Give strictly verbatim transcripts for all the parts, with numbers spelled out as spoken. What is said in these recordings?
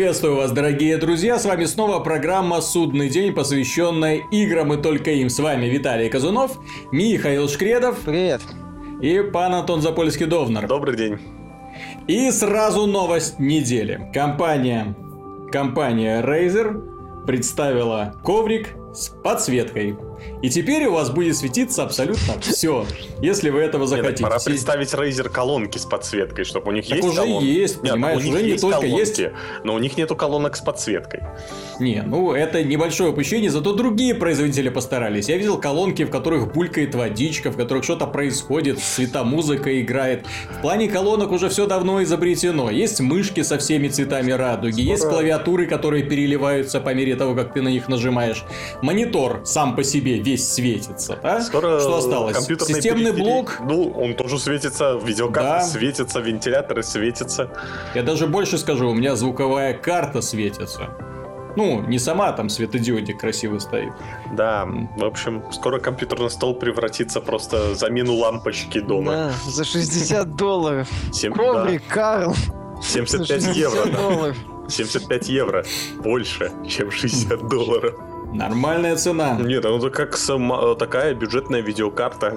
Приветствую вас, дорогие друзья, с вами снова программа «Судный день», посвященная играм и только им. С вами Виталий Казунов, Михаил Шкредов. Привет. И пан Антон Запольский-Довнар. Добрый день. И сразу новость недели. Компания, компания Razer представила коврик с подсветкой. И теперь у вас будет светиться абсолютно все, если вы этого захотите. Нет, пора представить Razer колонки с подсветкой, чтобы у них так есть уже колонки. есть, понимаешь, Нет, у них уже не есть только колонки, есть, но у них нету колонок с подсветкой. Не, ну это небольшое упущение, зато другие производители постарались. Я видел колонки, в которых булькает водичка, в которых что-то происходит, светомузыка играет. В плане колонок уже все давно изобретено. Есть мышки со всеми цветами радуги, Скоро... есть клавиатуры, которые переливаются по мере того, как ты на них нажимаешь. Монитор сам по себе весь светится. Да? Скоро что осталось? Системный периферии... блок. Ну, он тоже светится, видеокарта да. светится, вентиляторы светятся. Я даже больше скажу, у меня звуковая карта светится. Ну, не сама, там светодиодик красивый стоит. Да, в общем, скоро компьютерный стол превратится просто в замену лампочки дома. Да, за шестьдесят долларов. Семь... Коврик, да. Карл. семьдесят пять евро. Да. семьдесят пять евро. Больше, чем шестьдесят долларов. Нормальная цена. Нет, ну это как сама, такая бюджетная видеокарта.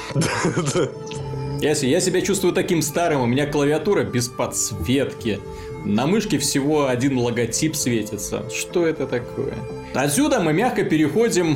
Я, я себя чувствую таким старым, у меня клавиатура без подсветки. На мышке всего один логотип светится. Что это такое? Отсюда мы мягко переходим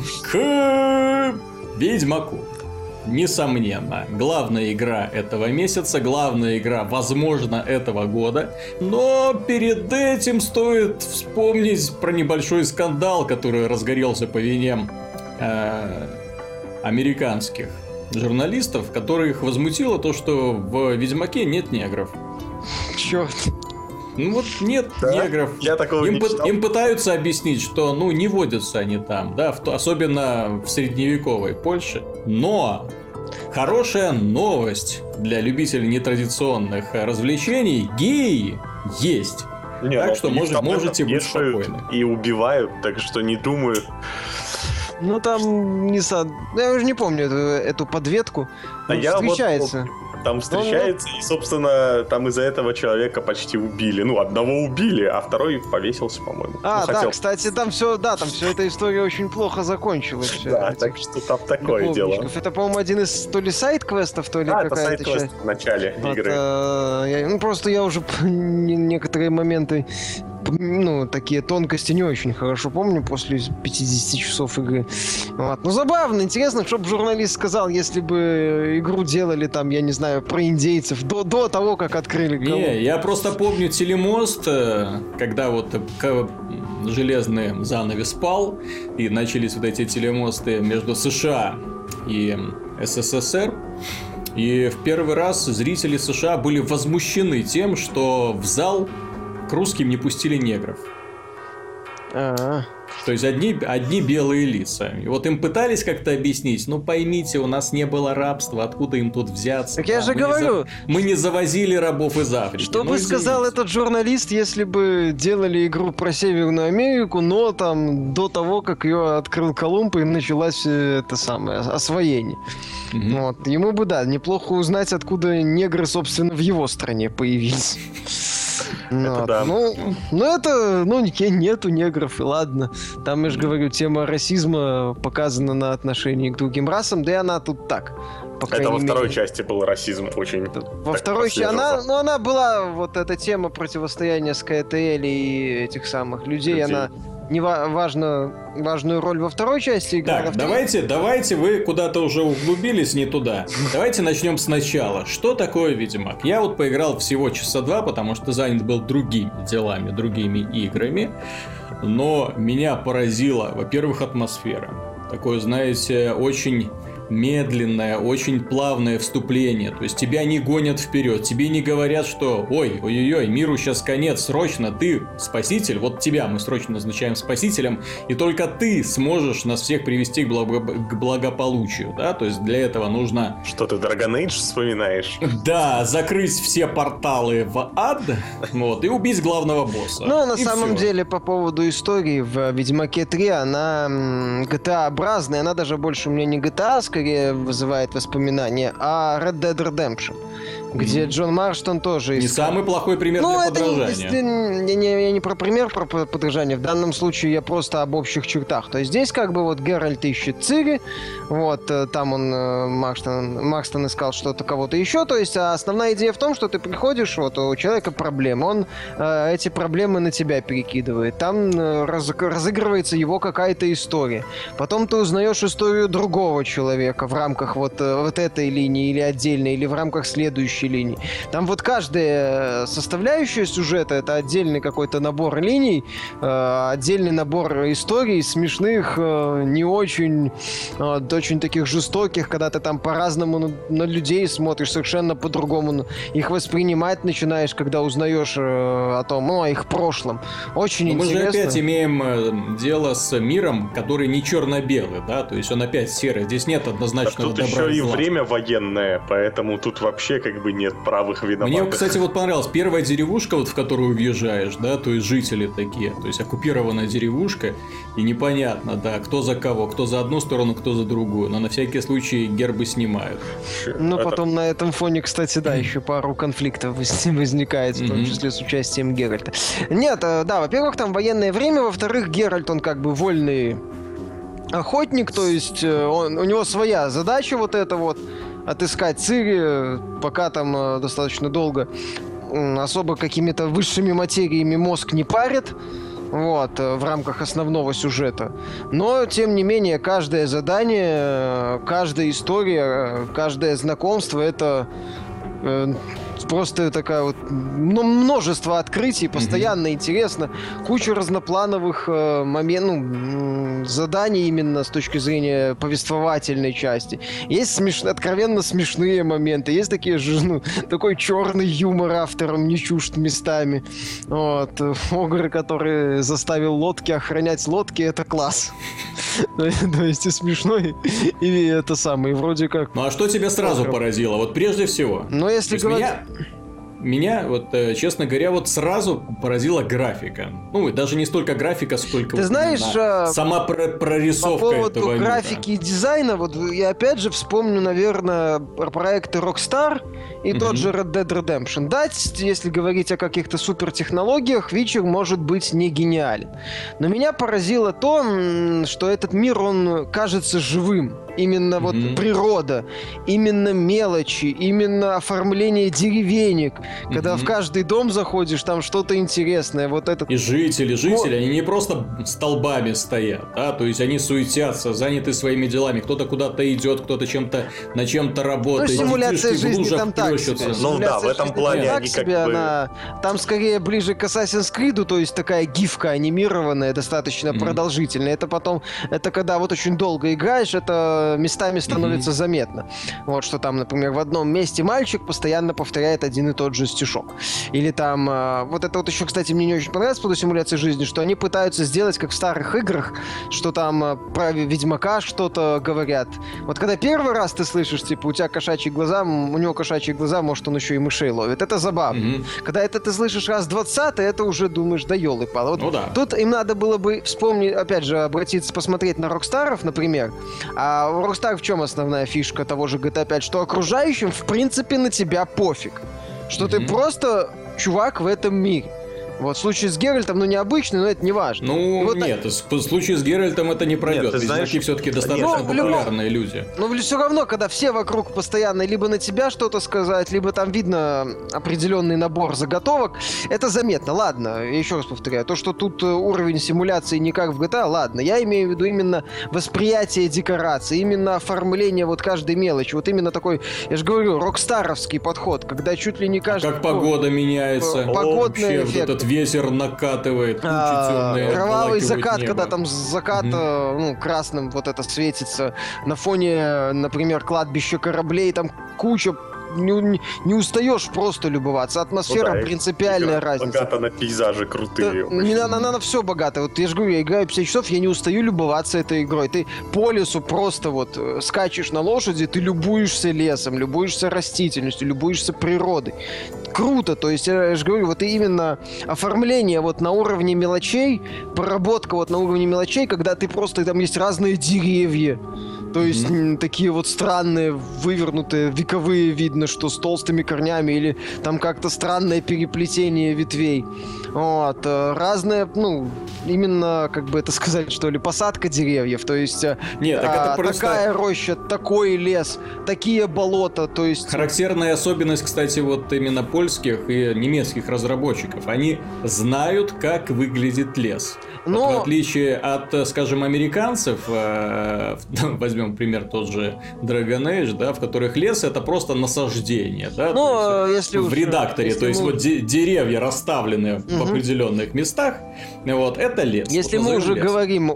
к Ведьмаку. Несомненно, главная игра этого месяца, главная игра, возможно, этого года. Но перед этим стоит вспомнить про небольшой скандал, который разгорелся по вине э, американских журналистов, которых возмутило то, что в Ведьмаке нет негров. Черт. Ну вот нет да? негров. Я такого им, не читал. Им пытаются объяснить, что ну не водятся они там, да, в, особенно в средневековой Польше. Но хорошая новость для любителей нетрадиционных развлечений: геи есть. Не, так что может, можете быть спокойны. И убивают, так что не думаю. Ну там не сад. Я уже не помню эту, эту подветку. А я встречается. Вот, там встречается, ну, и, собственно, там из-за этого человека почти убили. Ну, одного убили, а второй повесился, по-моему. А, ну, да, хотел... кстати, там все, да, там все эта история очень плохо закончилась. Да, так что там такое дело. Это, по-моему, один из то ли сайт-квестов, то ли а, какая-то это сайт-квест в начале вот, игры. А, я, ну, просто я уже некоторые моменты, ну, такие тонкости не очень хорошо помню после пятьдесят часов игры. Вот. Ну, забавно, интересно, чтобы журналист сказал, если бы игру делали там, я не знаю, про индейцев до, до того, как открыли. Не, я просто помню телемост, когда вот железный занавес пал, и начались вот эти телемосты между США и СССР. И в первый раз зрители США были возмущены тем, что в зал к русским не пустили негров. А-а-а. То есть одни, одни белые лица. И вот им пытались как-то объяснить: ну поймите, у нас не было рабства, откуда им тут взяться? Так я да, же мы говорю. Не за... Мы не завозили рабов из Африки. Что ну, бы извините. сказал этот журналист, если бы делали игру про Северную Америку, но там до того, как ее открыл Колумб и началось это самое освоение. Mm-hmm. Вот. Ему бы, да, неплохо узнать, откуда негры, собственно, в его стране появились. Это вот. да. Ну, ну, это, ну, нету негров, и ладно. Там, я же говорю, тема расизма показана на отношении к другим расам, да и она тут так. Это во мере. Второй части был расизм очень. Во второй части она, ну, она была, вот эта тема противостояния с КТЛ и этих самых людей, людей. Она не ва- важно, важную роль во второй части играла. Так, давайте, давайте вы куда-то уже углубились не туда. Давайте начнем сначала. Что такое Ведьмак? Я вот поиграл всего часа два, потому что занят был другими делами, другими играми. Но меня поразила, во-первых, атмосфера. Такое, знаете, очень медленное, очень плавное вступление. То есть тебя не гонят вперед, тебе не говорят, что ой, ой-ой-ой, миру сейчас конец, срочно, ты спаситель, вот тебя мы срочно назначаем спасителем, и только ты сможешь нас всех привести к, благо- к благополучию, да, то есть для этого нужно... Что ты, Dragon Age вспоминаешь? Да, закрыть все порталы в ад, вот, и убить главного босса. Ну, на и самом все. деле, по поводу истории в Ведьмаке три, она джи ти эй-образная, она даже больше у меня не джи ти эй, скорее вызывает воспоминания, а Red Dead Redemption. где mm-hmm. Джон Марштон тоже... Не искал... самый плохой пример ну, для это подражания. Не, не, не, я не про пример про подражание, в данном случае я просто об общих чертах. То есть здесь как бы вот Геральт ищет Цири, вот, там он, Марштон, Марштон искал что-то, кого-то еще, то есть основная идея в том, что ты приходишь, вот у человека проблемы, он э, эти проблемы на тебя перекидывает, там э, раз, разыгрывается его какая-то история, потом ты узнаешь историю другого человека в рамках вот, вот этой линии или отдельной, или в рамках следующей линии. Там вот каждая составляющая сюжета — это отдельный какой-то набор линий, э, отдельный набор историй, смешных, э, не очень, э, очень таких жестоких, когда ты там по-разному на, на людей смотришь, совершенно по-другому их воспринимать начинаешь, когда узнаешь э, о том, ну, о их прошлом. Очень Но интересно. Мы же опять имеем э, дело с миром, который не черно-белый, да, то есть он опять серый, здесь нет однозначного добра и зла. Тут еще и время военное, поэтому тут вообще как бы нет правых виноватых. Мне, кстати, вот понравилась первая деревушка, вот в которую въезжаешь, да, то есть жители такие, то есть оккупированная деревушка, и непонятно, да, кто за кого, кто за одну сторону, кто за другую, но на всякий случай гербы снимают. Ну, это... потом на этом фоне, кстати, да, еще пару конфликтов возникает, в том числе с участием Геральта. Нет, да, во-первых, там военное время, во-вторых, Геральт, он как бы вольный охотник, то есть он, у него своя задача вот эта вот, отыскать Цири, пока там достаточно долго особо какими-то высшими материями мозг не парит, вот, в рамках основного сюжета. Но, тем не менее, каждое задание, каждая история, каждое знакомство — это э, просто такая вот, ну, множество открытий, постоянно mm-hmm. интересно, куча разноплановых э, моментов, ну, заданий именно с точки зрения повествовательной части. Есть смеш... откровенно смешные моменты, есть такие же, ну, такой черный юмор автором не чужд местами. Вот. Огр, который заставил лодки охранять лодки, это класс. То есть и смешной, и это самое, вроде как... Ну а что тебя сразу поразило? Вот прежде всего. Ну если говорить... Меня, вот, честно говоря, вот сразу поразила графика. Ну, даже не столько графика, сколько... Ты вот, знаешь, да, сама прорисовка по поводу этого графики мира. И дизайна, вот я опять же вспомню, наверное, про проекты Rockstar и mm-hmm. тот же Red Dead Redemption. Да, если говорить о каких-то супертехнологиях, Witcher может быть не гениален. Но меня поразило то, что этот мир, он кажется живым. Именно вот mm-hmm. природа, именно мелочи, именно оформление деревенек. Когда mm-hmm. в каждый дом заходишь, там что-то интересное. Вот этот... И жители, жители, вот. Они не просто столбами стоят, да, то есть они суетятся, заняты своими делами. Кто-то куда-то идет, кто-то чем-то на чем-то работает. Ну, симуляция жизни там так себе. Ну да, в этом плане они как бы... Она... Там скорее ближе к Assassin's Creed, то есть такая гифка анимированная, достаточно mm-hmm. продолжительная. Это потом, это когда вот очень долго играешь, это местами становится mm-hmm. заметно. Вот что там, например, в одном месте мальчик постоянно повторяет один и тот же стишок. Или там... Э, вот это вот еще, кстати, мне не очень понравилось по симуляции жизни, что они пытаются сделать, как в старых играх, что там э, про Ведьмака что-то говорят. Вот когда первый раз ты слышишь, типа, у тебя кошачьи глаза, у него кошачьи глаза, может, он еще и мышей ловит. Это забавно. Mm-hmm. Когда это ты слышишь раз двадцатый, это уже думаешь, да елы-палы. Вот ну, да. Тут им надо было бы вспомнить, опять же, обратиться, посмотреть на Рокстаров, например. А у Rockstar в чем основная фишка того же джи ти эй пять? Что окружающим, в принципе, на тебя пофиг. Что mm-hmm. ты просто чувак в этом мире. Вот в случае с Геральтом, ну, необычный, но это не важно. Ну, вот нет, так... в случае с Геральтом это не пройдет. Нет, Ведьмаки все-таки достаточно ну, популярная иллюзия. Но все равно, когда все вокруг постоянно либо на тебя что-то сказать, либо там видно определенный набор заготовок, это заметно. Ладно, я еще раз повторяю, то, что тут уровень симуляции не как в джи ти эй, ладно. Я имею в виду именно восприятие декораций, именно оформление вот каждой мелочи. Вот именно такой, я же говорю, рокстаровский подход, когда чуть ли не каждый... А как погода меняется. Погодный эффект. Ветер накатывает, тучи а, темные. Кровавый закат, небо. когда там закат mm-hmm. ну, красным вот это светится. На фоне, например, кладбища кораблей, там куча... Не, не устаешь просто любоваться. Атмосфера ну, да, принципиальная разница. Богато на пейзажи крутые. Да, не, она, она на все богато. Вот я же говорю, я играю пятьдесят часов, я не устаю любоваться этой игрой. Ты по лесу просто вот скачешь на лошади, ты любуешься лесом, любуешься растительностью, любуешься природой. круто, то есть, я же говорю, вот именно оформление вот на уровне мелочей, проработка вот на уровне мелочей, когда ты просто, там есть разные деревья, то есть mm-hmm. такие вот странные, вывернутые, вековые, видно, что с толстыми корнями, или там как-то странное переплетение ветвей. Вот. Разные, ну, именно, как бы это сказать, что ли, посадка деревьев, то есть Нет, так это а, просто... такая роща, такой лес, такие болота, то есть... Характерная особенность, кстати, вот именно польских и немецких разработчиков. Они знают, как выглядит лес. Но... Вот в отличие от, скажем, американцев, э, возьмем пример тот же Dragon Age, да, в которых лес это просто насаждение, да, ну, то есть, если в уж, редакторе, если то есть мы... вот де- деревья расставлены угу. в определенных местах, вот это лес. Если вот мы уже лес. говорим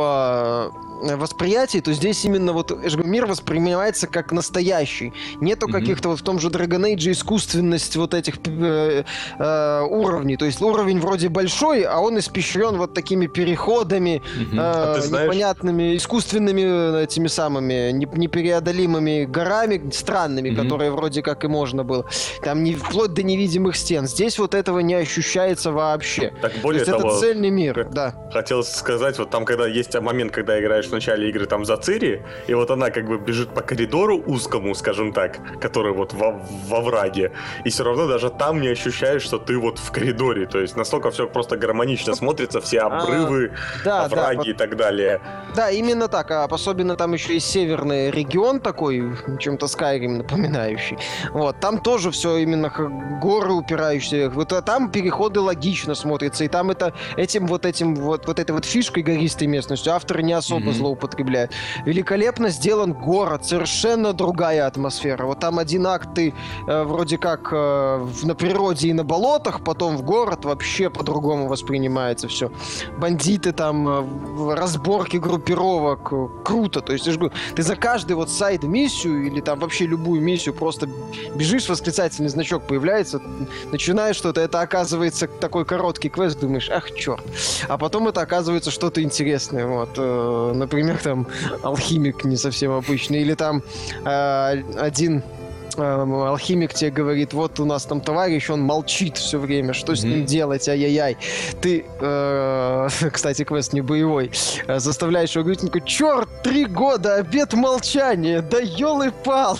о восприятии, то здесь именно вот мир воспринимается как настоящий. Нету mm-hmm. каких-то вот в том же Dragon Age искусственность вот этих э, э, уровней. То есть уровень вроде большой, а он испещрен вот такими переходами, mm-hmm. э, а непонятными, искусственными этими самыми, непреодолимыми горами странными, mm-hmm. которые вроде как и можно было. Там не вплоть до невидимых стен. Здесь вот этого не ощущается вообще. Так более то есть того, это цельный мир, да. Хотел сказать, вот там, когда есть момент, когда играешь в начале игры там за Цири, и вот она как бы бежит по коридору узкому, скажем так, который вот во, во враге, и все равно даже там не ощущаешь, что ты вот в коридоре, то есть настолько все просто гармонично смотрится, все обрывы, а, да, овраги да, и так далее. Да, именно так, а особенно там еще и северный регион такой, чем-то Skyrim напоминающий, вот, там тоже все именно горы упирающиеся, вот а там переходы логично смотрятся, и там это этим вот этим вот, вот этой вот фишкой гористой местностью авторы не особо mm-hmm. злоупотребляют. Великолепно сделан город, совершенно другая атмосфера. Вот там один акт ты э, вроде как э, на природе и на болотах, потом в город вообще по-другому воспринимается все. Бандиты там, э, разборки группировок, э, круто. То есть я же говорю, ты за каждый вот сайд-миссию или там вообще любую миссию просто бежишь, восклицательный значок появляется, начинаешь что-то, это оказывается такой короткий квест, думаешь, ах, черт. А потом это оказывается что-то интересное. Вот, э, например, там алхимик не совсем обычный, или там э, один э, алхимик тебе говорит, вот у нас там товарищ, он молчит все время, что mm-hmm. с ним делать, ай-яй-яй. Ты, э, кстати, квест не боевой, э, заставляешь его говорить, он такой, черт, три года, обет молчания, да ёлы-пал.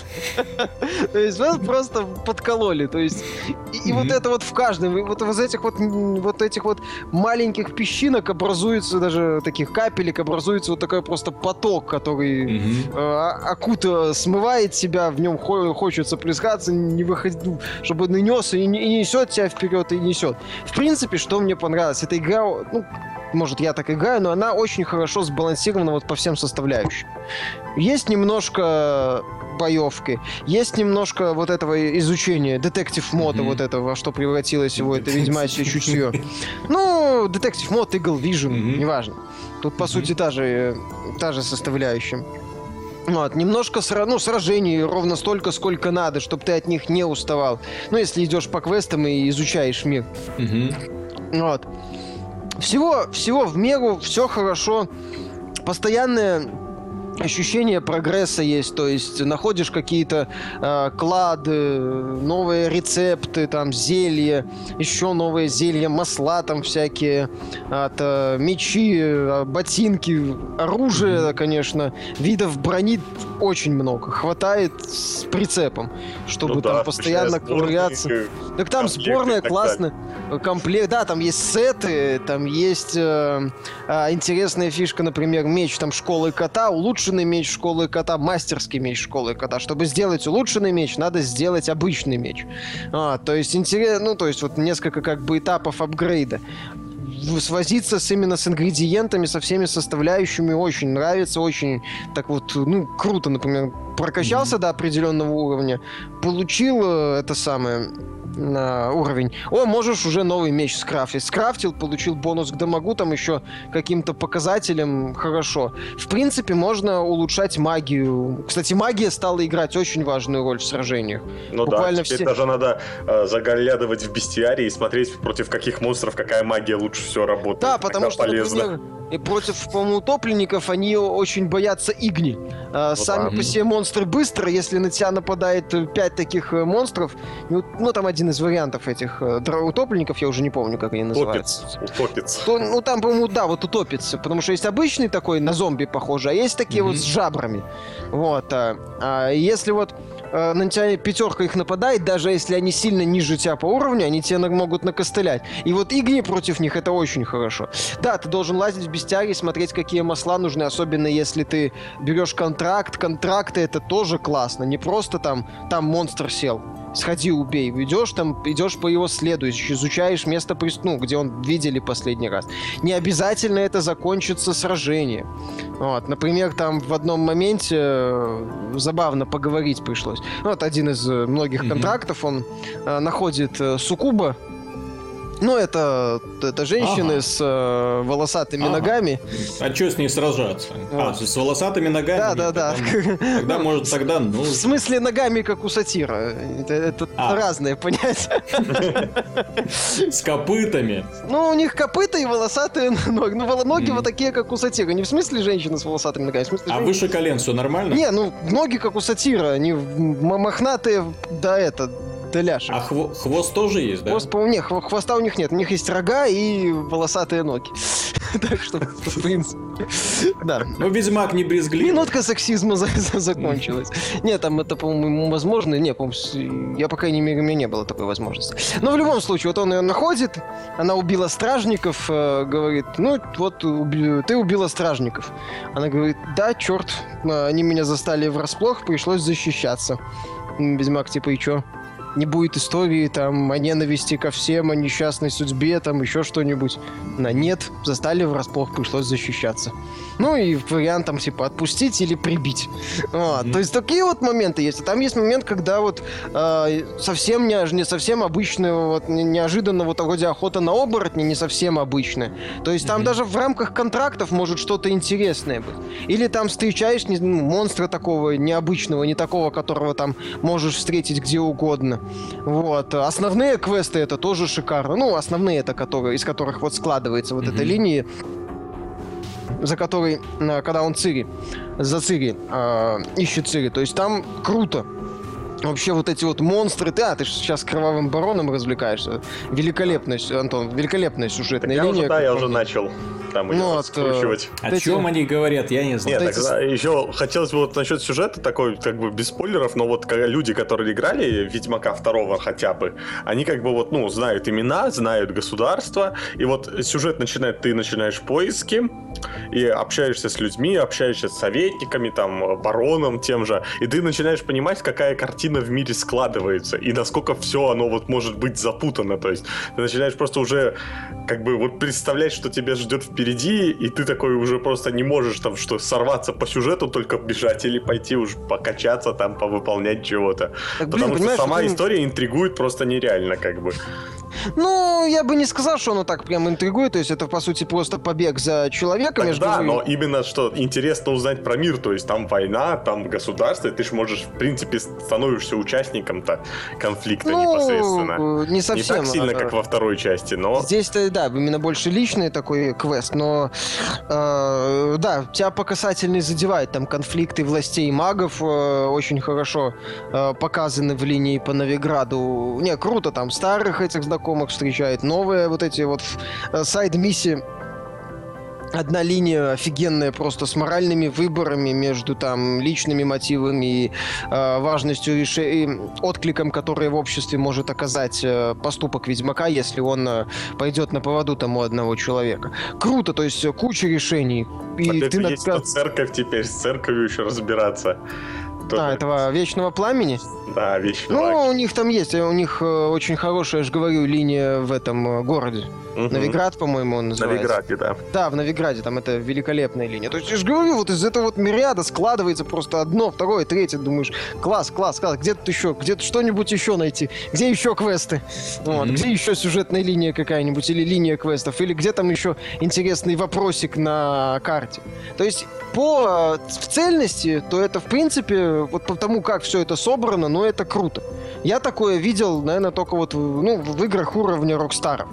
То есть вас просто подкололи, то есть и вот это вот в каждом, вот из этих вот вот этих вот маленьких песчинок образуется, даже таких капелек, образуется вот такой просто поток, который mm-hmm. э, окута смывает себя, в нем хо- хочется плескаться, не выходить, чтобы он и нес, и, и несет тебя вперед, и несет. В принципе, что мне понравилось, эта игра, ну, может, я так играю, но она очень хорошо сбалансирована вот по всем составляющим. Есть немножко боевки, есть немножко вот этого изучения, детектив-мода mm-hmm. вот этого, во что превратилось его это ведьмачье чутье. Ну, детектив-мод, Eagle Vision, mm-hmm. неважно. Тут, по mm-hmm. сути, та же, та же составляющая. Вот, немножко сра- ну, сражений ровно столько, сколько надо, чтобы ты от них не уставал. Ну, если идешь по квестам и изучаешь мир. Mm-hmm. Вот. Всего, всего в меру, все хорошо. Постоянное ощущение прогресса есть, то есть находишь какие-то э, клады, новые рецепты, там, зелья, еще новые зелья, масла там всякие, от, э, мечи, э, ботинки, оружие, mm-hmm. конечно, видов брони очень много, хватает с прицепом, чтобы ну, там да, постоянно ковыряться. Так там сборная классная, комплект, да, там есть сеты, там есть э, э, интересная фишка, например, меч там школы кота, улучшенный меч школы кота, мастерский меч школы кота. Чтобы сделать улучшенный меч, надо сделать обычный меч. А, то есть интересно, ну, то есть вот несколько как бы этапов апгрейда. Свозиться с, именно с ингредиентами, со всеми составляющими очень нравится, очень так вот, ну, круто, например, прокачался mm-hmm. до определенного уровня, получил э, это самое на уровень. О, можешь уже новый меч скрафтить. Скрафтил, получил бонус к дамагу, там еще каким-то показателем, хорошо. В принципе, можно улучшать магию. Кстати, магия стала играть очень важную роль в сражениях. Ну буквально да, теперь все... даже надо э, заглядывать в бестиарий и смотреть, против каких монстров какая магия лучше всего работает. Да, потому что, полезно. например, И против, по-моему, утопленников они очень боятся игни. А, Ну сами да. по себе монстры быстро, если на тебя нападает пять таких э, монстров, ну, ну, там один из вариантов этих э, дра- утопленников, я уже не помню, как они называются. Утопец. Утопец. То, ну, там, по-моему, да, вот утопец, потому что есть обычный такой, на зомби похожий, а есть такие Мгм. вот с жабрами. Вот. А, а если вот э, на тебя пятерка их нападает, даже если они сильно ниже тебя по уровню, они тебя на- могут накостылять. И вот игни против них это очень хорошо. Да, ты должен лазить в бестиарий, смотреть, какие масла нужны, особенно если ты берешь контракт. Контракты это тоже классно, не просто там, там монстр сел. Сходи, убей. Идешь там, идешь по его следу, изучаешь место преступления, ну, где он видели последний раз. Не обязательно это закончится сражением. Вот, например, там в одном моменте э, забавно поговорить пришлось. Ну, вот один из э, многих Мгм. контрактов, он э, находит э, суккуба. Ну, это, это женщины Ага. с э, волосатыми Ага. ногами. А что с ней сражаться? А, Вот. с волосатыми ногами? Да, Нет, да, да. Тогда, тогда, может, тогда, ну... В смысле ногами, как у сатира. Это, это А. разные понятия. С копытами. Ну, у них копыта и волосатые ноги. Ну, воло- ноги Мгм. вот такие, как у сатира. Не в смысле женщины с волосатыми ногами, в смысле А женщины. выше колен все нормально? Не, ну, ноги, как у сатира. Они м- мохнатые до это, до ляшек. А хво- хвост тоже есть, да? Хвост, по-моему, нет, хво- хвоста у них нет. У них есть рога и волосатые ноги. Так что, в принципе, да. Ну, Ведьмак не брезгливый. Минутка сексизма за- за- закончилась. Нет, там это, по-моему, возможно. Не, по-моему, с- я, по крайней мере, у меня не было такой возможности. Но в любом случае, вот он ее находит, она убила стражников, э, говорит, ну, вот уби- ты убила стражников. Она говорит, да, черт, они меня застали врасплох, пришлось защищаться. М, Ведьмак, типа, и чё? Не будет истории там о ненависти ко всем, о несчастной судьбе, там еще что-нибудь. На нет, застали врасплох, пришлось защищаться. Ну и вариант там типа отпустить или прибить. Вот. Мгм. То есть такие вот моменты есть. А там есть момент, когда вот э, совсем не, не совсем обычная, вот не- неожиданно вот вроде охота на оборотни не совсем обычная. То есть там Мгм. даже в рамках контрактов может что-то интересное быть. Или там встречаешь не- ну, монстра такого необычного, не такого, которого там можешь встретить где угодно. Вот. Основные квесты это тоже шикарно. Ну, основные это, которые, из которых вот складывается вот Мгм. эта линия, за которой, э, когда он Цири, за Цири, э, ищет Цири. То есть там круто. Вообще вот эти вот монстры, ты, а, ты же сейчас кровавым бароном развлекаешься. Великолепная, с- Антон, великолепная Так сюжетная я линия. уже, да, я как уже по мне. начал там ее Ну, вот, раскручивать. О Вот эти- чем они говорят, я не знаю. Нет, эти- тогда еще хотелось бы вот насчет сюжета такой, как бы без спойлеров, но вот когда люди, которые играли Ведьмака второго хотя бы, они как бы вот, ну, знают имена, знают государство, и вот сюжет начинает, ты начинаешь поиски, и общаешься с людьми, общаешься с советниками, там, бароном тем же, и ты начинаешь понимать, какая картина в мире складывается, и насколько все оно вот может быть запутано, то есть ты начинаешь просто уже как бы вот представлять, что тебя ждет впереди, и ты такой уже просто не можешь там что сорваться по сюжету, только бежать или пойти уж покачаться там, повыполнять чего-то. Так, блин, Потому что понимаешь, сама это- история интригует просто нереально, как бы. Ну, я бы не сказал, что оно так прям интригует. То есть это, по сути, просто побег за человеком. я Так ж да, говорю. но именно что интересно узнать про мир, то есть там война, там государство, и ты ж можешь, в принципе, становишься участником-то конфликта непосредственно. Ну, не Не совсем. так сильно, а, как во второй части, но... Здесь-то, да, именно больше личный такой квест, но э, да, тебя по касательной задевает там конфликты властей и магов э, очень хорошо э, показаны в линии по Новиграду. Не, круто, там старых этих знакомых встречает, новые вот эти вот э, сайд-миссии. Одна линия офигенная просто с моральными выборами между там личными мотивами и э, важностью решения, откликом, который в обществе может оказать э, поступок Ведьмака, если он э, пойдет на поводу тому одного человека. Круто, то есть э, куча решений. И Вот это ты есть над- то церковь теперь, с церковью еще разбираться. Тоже- А, этого Вечного Пламени? Да, вечно. Ну, у них там есть, у них э, очень хорошая, я же говорю, линия в этом э, городе. Новиград, по-моему, он называется. Новиграде, да. Да, в Новиграде, там это великолепная линия. То есть, я же говорю, вот из этого вот мириада складывается просто одно, второе, третье. Думаешь, класс, класс, класс, где тут еще, где-то что-нибудь еще найти, где еще квесты, вот, Мгм. где еще сюжетная линия какая-нибудь, или линия квестов, или где там еще интересный вопросик на карте. То есть, по э, в цельности, то это, в принципе, вот по тому, как все это собрано, ну, это круто. Я такое видел, наверное, только вот в- ну, в играх уровня Рокстара.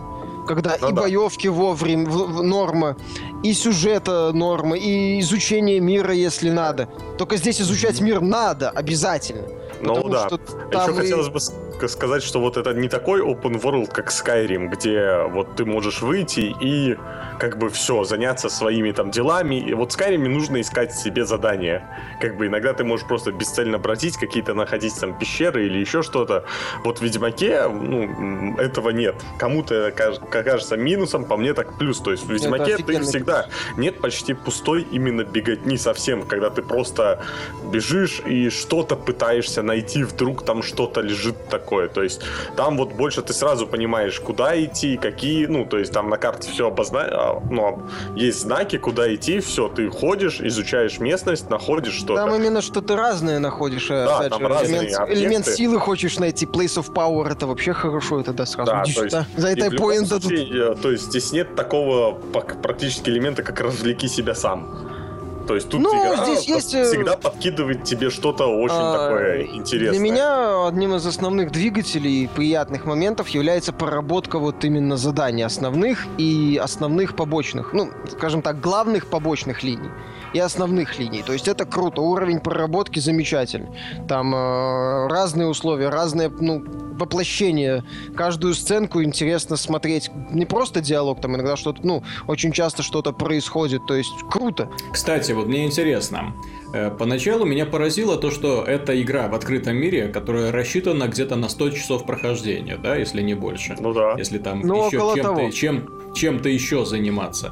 когда Ну и да. боевки вовремя в- в- норма, и сюжета норма, и изучение мира, если надо. Только здесь изучать мир надо обязательно. Ну Потому да. что Еще там и- хотелось бы с- сказать, что вот это не такой open world, как Skyrim, где вот ты можешь выйти и как бы все, заняться своими там делами. И вот в Skyrim нужно искать себе задания. Как бы иногда ты можешь просто бесцельно бродить, какие-то находить там пещеры или еще что-то. Вот в Ведьмаке, ну, м, этого нет. Кому-то это каж- кажется минусом, по мне так плюс. То есть в Ведьмаке ты офигенный всегда... Нет почти пустой именно беготни совсем, когда ты просто бежишь и что-то пытаешься найти, вдруг там что-то лежит такое. То есть там вот больше ты сразу понимаешь, куда идти, какие, ну, то есть там на карте все обозначено, ну, есть знаки, куда идти, все, ты ходишь, изучаешь местность, находишь что-то. Там именно что-то разное находишь. Да, опять там же, разные элемент, объекты. элемент силы хочешь найти, place of power, это вообще хорошо, это да, сразу. Да, Иди то есть, сюда. За и этой в любом поинт дадут. случае, э, то есть здесь нет такого пак- практически элемента, как развлеки себя сам. То есть тут Ну, игра здесь есть, э, всегда подкидывает тебе что-то очень А, такое интересное. Для меня одним из основных двигателей приятных моментов является проработка вот именно заданий основных и основных побочных, ну, скажем так, главных побочных линий и основных линий. То есть это круто, уровень проработки замечательный. Там э, разные условия, разные, ну, воплощения. Каждую сценку интересно смотреть. Не просто диалог, там иногда что-то, ну, очень часто что-то происходит. То есть круто. Кстати, вот мне интересно. Э, Поначалу меня поразило то, что это игра в открытом мире, которая рассчитана где-то на сто часов прохождения, да, если не больше. Ну да. Если там Ну, еще около чем-то, того. чем, чем-то еще заниматься.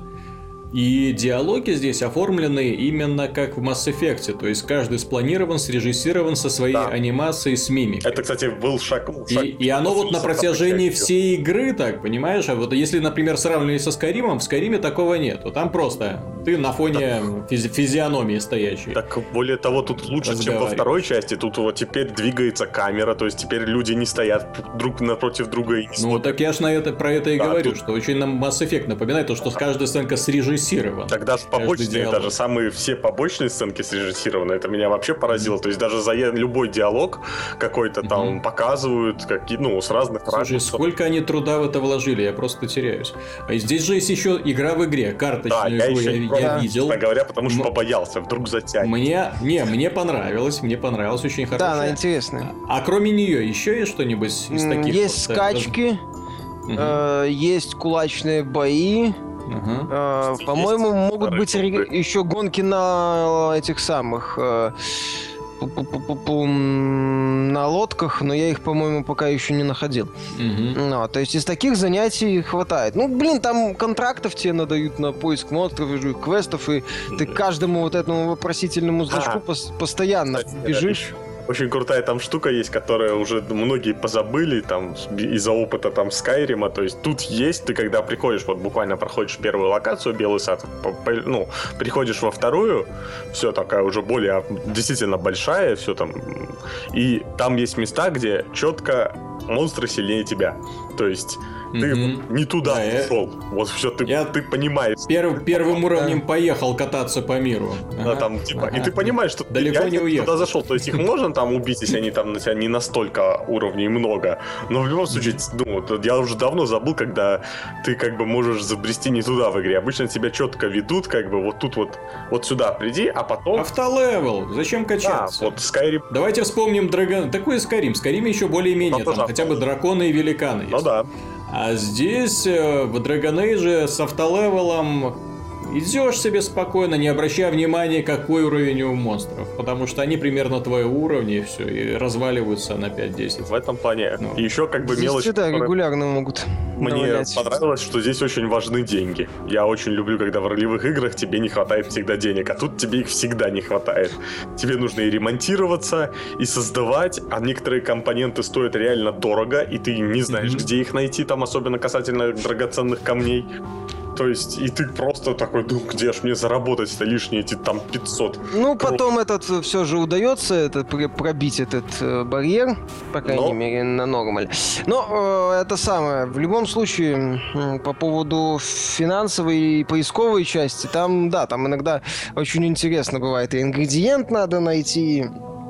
И диалоги здесь оформлены именно как в Mass Effect, то есть каждый спланирован, срежиссирован со своей Да. анимацией, с мимикой. Это, кстати, был шаг... И, шаг и оно вот на с протяжении частью. всей игры, так, понимаешь? А вот если, например, сравнивали со Скайримом, в Скайриме такого нету. Там просто ты на фоне физи- физиономии стоящей. Так, более того, тут лучше, чем во Разговаривать. второй части. Тут вот теперь двигается камера, то есть теперь люди не стоят друг напротив друга и не Ну, смотрят. так я ж на это, про это и Да, говорю, тут- что очень нам Mass Effect напоминает, то, что каждая сценка срежиссирована. Тогда же побочные, диалог. даже самые все побочные сценки срежиссированы. Это меня вообще поразило. То есть даже за е- любой диалог какой-то там Мгм. показывают, какие, ну, с разных Слушай, ракурсов. сколько они труда в это вложили, я просто теряюсь. А здесь же есть еще игра в игре, Да, карточную я игру еще я, не я пробовал, видел. честно говоря, потому что М- побоялся, вдруг затянет. Мне, не, мне понравилось, мне понравилось, очень хорошо. Да, она интересная. А кроме нее еще есть что-нибудь из М, таких? Есть вот, э, скачки, Мгм. э, есть кулачные бои. Ага. Э, Есть По-моему, могут старые быть ре- игры. еще гонки на этих самых э, пу-пу-пу-пу-пум, на лодках, но я их, по-моему, пока еще не находил. Мгм. Ну, то есть из таких занятий хватает. Ну, блин, там контрактов тебе надают на поиск монстров, и квестов, и ты к каждому вот этому вопросительному значку А. пос- постоянно Кстати, бежишь. Очень крутая там штука есть, которая уже многие позабыли там из-за опыта там Скайрима. То есть тут есть, ты когда приходишь, вот буквально проходишь первую локацию, Белый сад, по- по- ну, приходишь во вторую, все такая уже более действительно большая, все там. И там есть места, где четко монстры сильнее тебя. То есть ты Мгм. не туда Да, я- ушел. Вот все, ты, Я- ты понимаешь. Перв- первым уровнем поехал кататься по миру. Да, Ага. там, типа, Ага. и ты понимаешь, что Далеко ты не уехал. туда зашел. То есть их можно там убить, если они там на тебя не настолько уровней много. Но в любом случае, ну, вот я уже давно забыл, когда ты как бы можешь забрести не туда в игре. Обычно тебя четко ведут, как бы вот тут вот, вот сюда приди, а потом... Автолевел, зачем Да, качаться? вот Skyrim. Давайте вспомним Драгон. Такой Скайрим. В Скайриме еще более-менее, Ну, там да. хотя бы драконы и великаны есть. Ну да. А здесь э, в Dragon Age с автолевелом идешь себе спокойно, не обращая внимания, какой уровень у монстров. Потому что они примерно твоего уровня, и все, и разваливаются на пять-десять. В этом плане. Ну. И еще как бы Здесь мелочь, всегда которая регулярно могут мне навалять. понравилось, что здесь очень важны деньги. Я очень люблю, когда в ролевых играх тебе не хватает всегда денег, а тут тебе их всегда не хватает. Тебе нужно и ремонтироваться, и создавать, а некоторые компоненты стоят реально дорого, и ты не знаешь, Мгм. где их найти, там особенно касательно драгоценных камней. То есть, и ты просто такой, ну где ж мне заработать-то лишние эти там пятьсот? Ну, потом этот все же удается это пр- пробить этот э, барьер, по крайней Но- мере, на нормале. Но э, это самое, в любом случае, м, по поводу финансовой и поисковой части, там, да, там иногда очень интересно бывает. И ингредиент надо найти,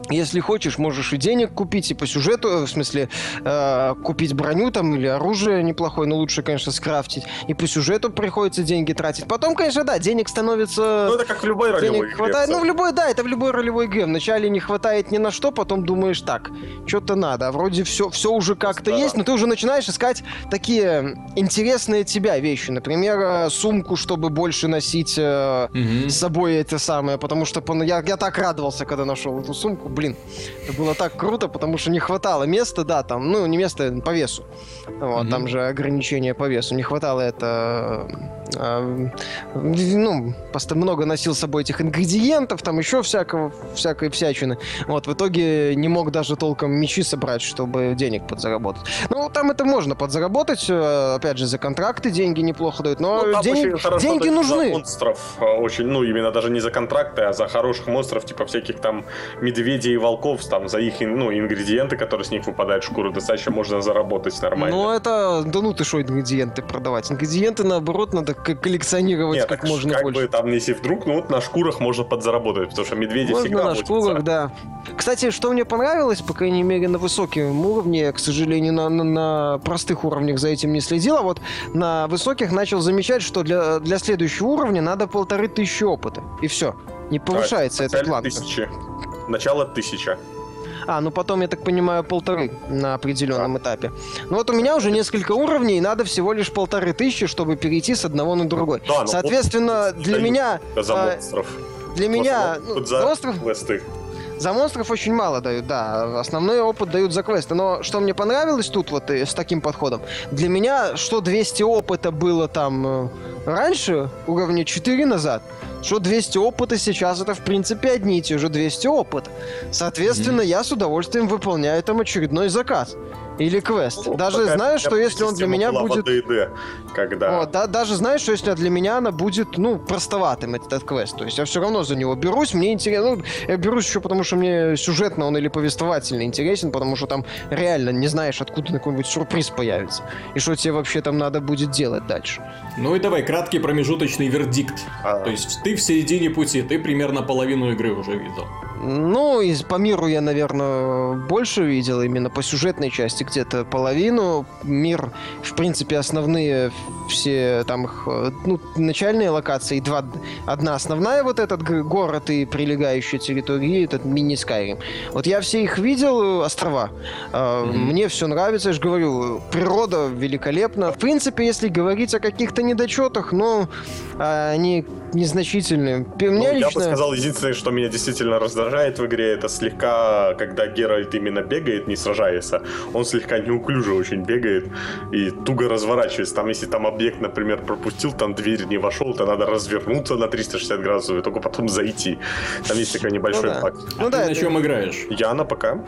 Если хочешь, можешь и денег купить, и по сюжету, в смысле, э, купить броню там или оружие неплохое, но лучше, конечно, скрафтить. И по сюжету приходится деньги тратить. Потом, конечно, да, денег становится... Ну, это как в любой ролевой игре. Хватает, ну, в любой, да, это в любой ролевой игре. Вначале не хватает ни на что, потом думаешь, так, что-то надо. А вроде все, все уже как-то да. есть, но ты уже начинаешь искать такие интересные тебя вещи. Например, сумку, чтобы больше носить э, mm-hmm. с собой это самое. Потому что я, я так радовался, когда нашел эту сумку. Блин, это было так круто, потому что не хватало места, да, там, ну, не места по весу. Вот, mm-hmm. Там же ограничение по весу. Не хватало это... Э, ну, просто много носил с собой этих ингредиентов, там еще всякого, всякой всячины. Вот, в итоге не мог даже толком мечи собрать, чтобы денег подзаработать. Ну, там это можно подзаработать, опять же, за контракты деньги неплохо дают, но ну, денег, деньги нужны. За монстров очень, ну, именно даже не за контракты, а за хороших монстров, типа всяких там медведей и волков, там, за их, ну, ингредиенты, которые с них выпадают, шкуры, достаточно можно заработать нормально. Ну, это, да ну ты что, ингредиенты продавать? Ингредиенты, наоборот, надо коллекционировать Нет, как так можно как больше. Бы, там, если вдруг, ну, вот на шкурах можно подзаработать, потому что медведи можно всегда на водятся. Шкурах, да. Кстати, что мне понравилось, по крайней мере, на высоком уровне, я, к сожалению, на, на, на простых уровнях за этим не следил, а вот на высоких начал замечать, что для, для следующего уровня надо полторы тысячи опыта, и все. Не повышается а, эта планка. Тысячи. Начало тысяча. А, ну потом, я так понимаю, полторы на определенном да. этапе. Ну вот у меня уже несколько уровней, и надо всего лишь полторы тысячи, чтобы перейти с одного на другой. Да, соответственно, для меня... За монстров. Для меня... Ну, за монстров... квесты. За монстров очень мало дают, да. Основной опыт дают за квесты. Но что мне понравилось тут вот с таким подходом, для меня что двести опыта было там раньше, уровня четыре назад, что двести опыта сейчас, это в принципе одни и те же двести опыта. Соответственно, mm-hmm. я с удовольствием выполняю там очередной заказ. Или квест. Ну, даже знаю, что если он для меня будет... ди энд ди, когда... Вот, да, даже знаю, что если для меня она будет, ну, простоватым, этот квест. То есть я все равно за него берусь, мне интересно... Ну, я берусь еще потому, что мне сюжетно он или повествовательно интересен, потому что там реально не знаешь, откуда какой-нибудь сюрприз появится. И что тебе вообще там надо будет делать дальше. Ну и давай, краткий промежуточный вердикт. А... То есть ты в середине пути, ты примерно половину игры уже видел. Ну, из, по миру я, наверное, больше видел, именно по сюжетной части где-то половину. Мир, в принципе, основные все там их, ну, начальные локации, два, одна основная вот этот город и прилегающая территория, этот мини-Скайрим. Вот я все их видел, острова. Mm-hmm. Мне все нравится, я же говорю, природа великолепна. В принципе, если говорить о каких-то недочетах, ну, они незначительные. Меня ну, лично... Я бы сказал, единственное, что меня действительно раздражает в игре, это слегка, когда Геральт именно бегает, не сражается, он слегка неуклюже очень бегает и туго разворачивается. Там, если там объект, например, пропустил, там дверь не вошел, то надо развернуться на триста шестьдесят градусов и только потом зайти. Там есть такой небольшой ну, баг. Да. А ну, ты да, на это... чем играешь? Я на ПК.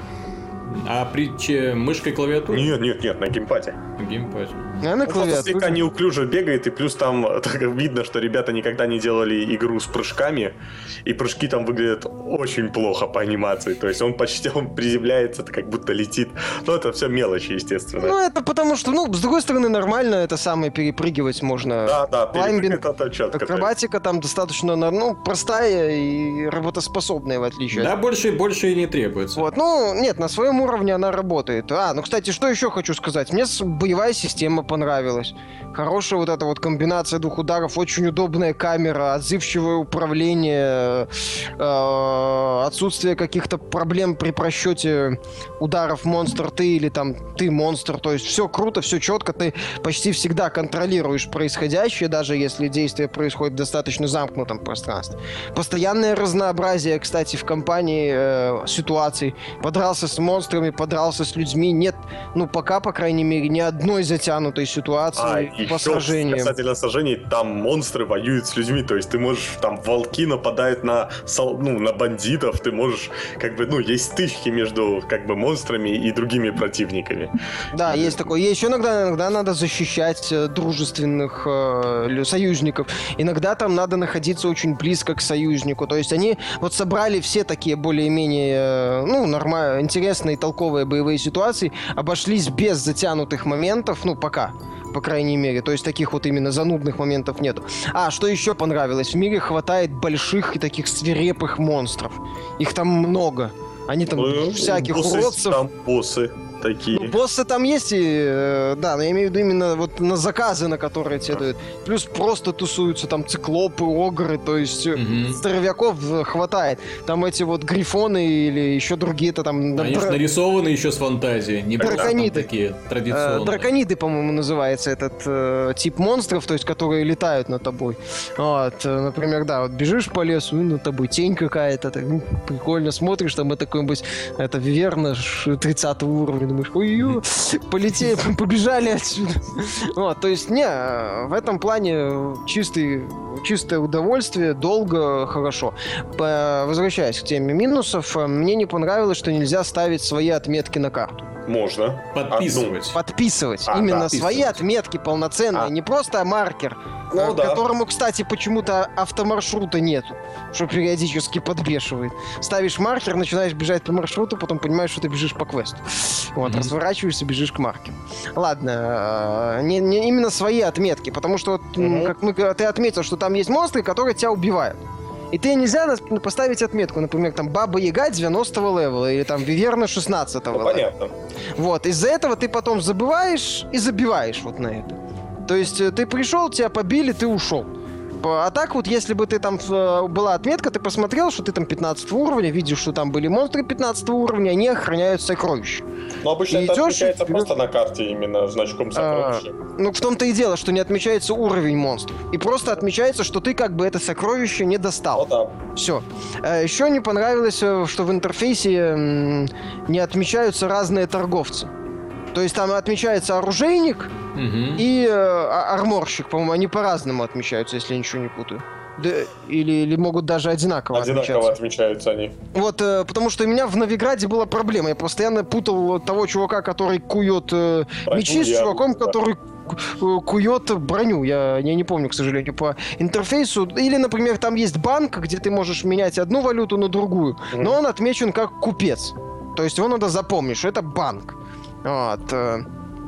А при че, мышкой клавиатурой? Нет, нет, нет, на геймпаде. На геймпаде. Я на клавиатуре. Он слегка неуклюже бегает, и плюс там так, видно, что ребята никогда не делали игру с прыжками, и прыжки там выглядят очень плохо по анимации. То есть он почти он приземляется, как будто летит. Но это все мелочи, естественно. Ну, это потому что, ну, с другой стороны, нормально это самое перепрыгивать можно. Да, да, клаймбинг, это четко. Акробатика там достаточно, ну, простая и работоспособная, в отличие да, от... Да, больше, больше и не требуется. Вот, ну, нет, на своем уровне она работает. А, ну, кстати, что еще хочу сказать? Мне боевая система понравилась. Хорошая вот эта вот комбинация двух ударов, очень удобная камера, отзывчивое управление, э, отсутствие каких-то проблем при просчете ударов монстр ты или там ты монстр. То есть все круто, все четко, ты почти всегда контролируешь происходящее, даже если действие происходит в достаточно замкнутом пространстве. Постоянное разнообразие, кстати, в кампании э, ситуаций. Подрался с монстрами, подрался с людьми. Нет, ну пока, по крайней мере, ни одной затянутой ситуации а, по сражениям. Касательно сражений, там монстры воюют с людьми, то есть ты можешь, там волки нападают на, ну, на бандитов, ты можешь, как бы, ну, есть стычки между, как бы, монстрами и другими противниками. Да, есть такое. Еще иногда, иногда надо защищать э, дружественных э, союзников. Иногда там надо находиться очень близко к союзнику. То есть они вот собрали все такие более-менее, э, ну, нормально, интересные, толковые боевые ситуации, обошлись без затянутых моментов, ну, пока. По крайней мере. То есть таких вот именно занудных моментов нету. А, что еще понравилось? В мире хватает больших и таких свирепых монстров. Их там много. Они там Ну, всяких боссы, уродцев... Там боссы такие. Ну, боссы там есть, и, э, да, но я имею в виду именно вот на заказы, на которые тебе дают. Плюс просто тусуются там циклопы, огры, то есть Мгм. здоровяков хватает. Там эти вот грифоны или еще другие-то там... да, Они же дра- нарисованы еще с фантазией. Не просто там Дракониды. такие э, традиционные. дракониды, по-моему, называется этот э, тип монстров, то есть которые летают над тобой. Вот, э, например, да, вот бежишь по лесу, и над тобой тень какая-то, так, ну, прикольно смотришь, там это какой-нибудь, это виверна ш- тридцатого уровня, думаешь, ой, полетели, побежали отсюда. Вот, то есть, не, в этом плане чистый, чистое удовольствие, долго, хорошо. По- Возвращаясь к теме минусов, э, мне не понравилось, что нельзя ставить свои отметки на карту. Можно. Подписывать. Подписывать. А, Именно да, свои подписывать. отметки полноценные, А. не просто маркер, Ну э, да. которому, кстати, почему-то автомаршрута нету, что периодически подбешивает. Ставишь маркер, начинаешь бежать по маршруту, потом понимаешь, что ты бежишь по квесту. Вот, Мгм. разворачиваешься, бежишь к маркеру. Ладно, э, не, не именно свои отметки, потому что, вот, м, Мгм. как мы, ты отметил, что там есть монстры, которые тебя убивают. И ты нельзя нас- поставить отметку, например, там Баба Яга девяностого левела или там Виверна шестнадцатого Ну, левела. понятно. Вот, из-за этого ты потом забываешь и забиваешь вот на это. То есть э, ты пришел, тебя побили, ты ушел. По- А так вот, если бы ты там э, была отметка, ты посмотрел, что ты там пятнадцатого уровня, видишь, что там были монстры пятнадцатого уровня, они охраняют сокровища. Но обычно И это идёшь, отмечается и- просто на карте именно значком сокровища. Ну, в том-то и дело, что не отмечается уровень монстров. И просто отмечается, что ты как бы это сокровище не Ну достал. да. Все. Еще не понравилось, э, что в интерфейсе м, не отмечаются разные торговцы. То есть там отмечается оружейник Мгм. и э, а- арморщик, по-моему, они по-разному отмечаются, если я ничего не путаю. Да, или, или могут даже одинаково, Одинаково отмечаться. отмечаются они. Вот, э, потому что у меня в Новиграде была проблема. Я постоянно путал того чувака, который кует э, Броню мечи, с я- чуваком, да. который ку- кует броню. Я, я не помню, к сожалению, по интерфейсу. Или, например, там есть банк, где ты можешь менять одну валюту на другую, Мгм. но он отмечен как купец. То есть его надо запомнить, что это банк. Вот. э.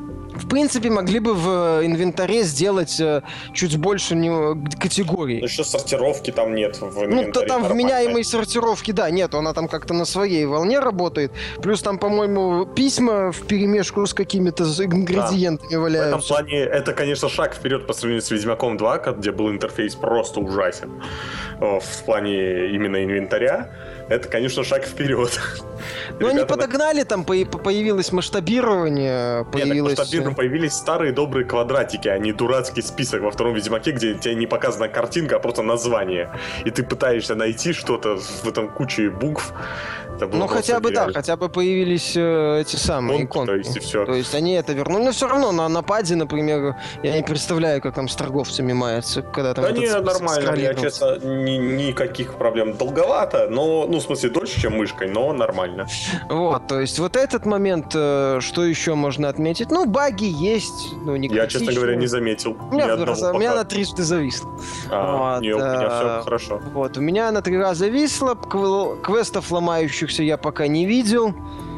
В принципе, могли бы в инвентаре сделать э, чуть больше не- категорий. Ну, еще сортировки там нет в Ну, инвентаре. то там нормальной. вменяемой сортировки, да, нет, она там как-то на своей волне работает. Плюс там, по-моему, письма в перемешку с какими-то з- ингредиентами В этом валяются. плане это, конечно, шаг вперед по сравнению с Ведьмаком два, где был интерфейс просто ужасен. О, В плане именно инвентаря. Это, конечно, шаг вперед. Но они Ребята, подогнали, там по- появилось масштабирование, Нет, так появилось... масштабированно появились старые добрые квадратики, а не дурацкий список во втором Ведьмаке, где тебе не показана картинка, а просто название. И ты пытаешься найти что-то в этом куче букв. Это было Ну, просто хотя бы да, нереально. хотя бы появились э, эти самые Иконки, иконки. то есть, и всё. То есть они это вернули. Но все равно на нападе, например, я не представляю, как там с торговцами мается, когда там Да этот не, список нормально, я, скроллируется. честно, ни- никаких проблем. Долговато, но, ну, в смысле, дольше, чем мышкой, но нормально. Вот, то есть вот этот момент, э, что еще можно отметить? Ну, баги есть, ну, не Я, честно говоря, не заметил. У меня, ни в одного раза- у меня пока. на трижды зависло. А, Вот, не, у меня э, все хорошо. Вот, у меня на три раза висло, кв- квестов ломающихся я пока не видел.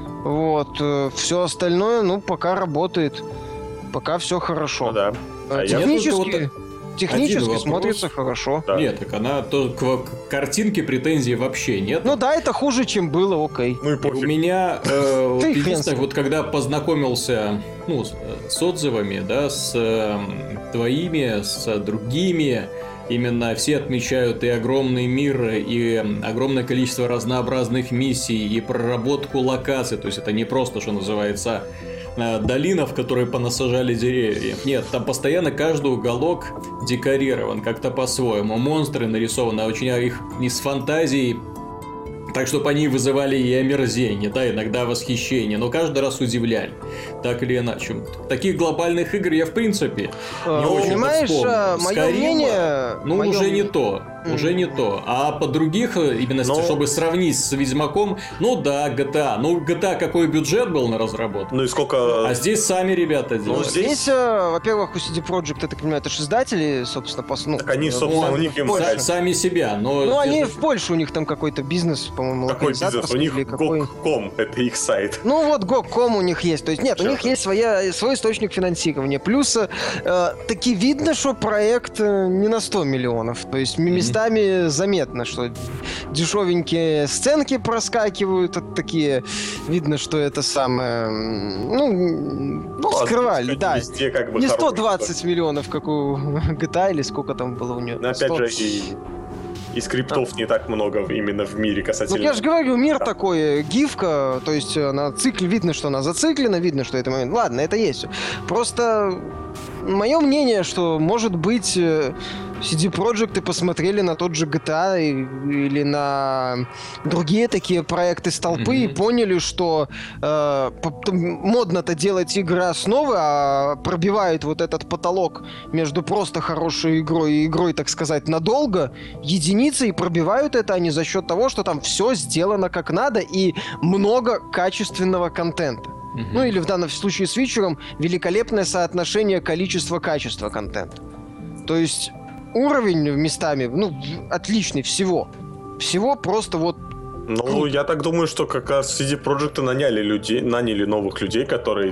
Вот, все остальное, ну, пока работает. Пока все хорошо. Ну да. Э, А я технически, только технически один вопрос. смотрится хорошо. Да. Нет, так она то к, к картинке претензий вообще нет. Ну да, это хуже, чем было, окей. Ну и У пофиг. меня э, вот Ты хрен единственное, с ним. вот когда познакомился ну, с, с отзывами, да, с э, твоими, с другими, именно все отмечают и огромный мир, и огромное количество разнообразных миссий, и проработку локаций. То есть это не просто, что называется, э, долина, в которой понасажали деревьев. Нет, там постоянно каждый уголок декорирован как-то по-своему. Монстры нарисованы очень их из фантазий. Так, чтобы они вызывали и омерзение, да, иногда восхищение, но каждый раз удивляли, так или иначе. Таких глобальных игр я, в принципе, Э, не очень Понимаешь, вспомнил. мое Skyrim, мнение... ну, моё уже не м- то, уже не то. А по других, именно Но- чтобы сравнить с Ведьмаком, ну да, джи ти эй. Ну, джи ти эй какой бюджет был на разработку? Ну и сколько... А здесь сами ребята Ну, делают. здесь- Здесь, э, во-первых, у си ди Projekt, я так понимаю, это же издатели, собственно, пос... ну, Так они, э, собственно, ну, у них им Польша. сайт. Сами себя, но... Ну, они это- в Польше, у них там какой-то бизнес, по-моему, Какой бизнес? У локализаторский них или какой. гог точка ком, это их сайт. Ну вот гог точка ком у них есть. То есть нет, у Чё них ты? есть своя, свой источник финансирования. Плюс э, таки видно, что проект э, не на сто миллионов. То есть м- местами местами заметно, что дешевенькие сценки проскакивают, от такие, видно, что это самое, ну, ну скрывали, да. Везде, как бы, не сто двадцать миллионов, как у джи ти эй, или сколько там было у нее. Но опять же, и... И скриптов а. не так много именно в мире касательно... Ну, я же говорю, мир да. такой, гифка, то есть она цикл, видно, что она зациклена, видно, что это момент. Ладно, это есть. Просто мое мнение, что, может быть, си ди Projekt посмотрели на тот же джи ти эй или на другие такие проекты с толпы mm-hmm. и поняли, что э, модно-то делать игры основы, а пробивают вот этот потолок между просто хорошей игрой и игрой, так сказать, надолго, единицы, и пробивают это они за счет того, что там все сделано как надо и много качественного контента. Mm-hmm. Ну или в данном случае с Witcher'ом великолепное соотношение количества-качества контента. То есть уровень местами, ну, отличный всего. Всего просто вот... Ну, круто. Я так думаю, что как раз си ди Projekt наняли людей, наняли новых людей, которые,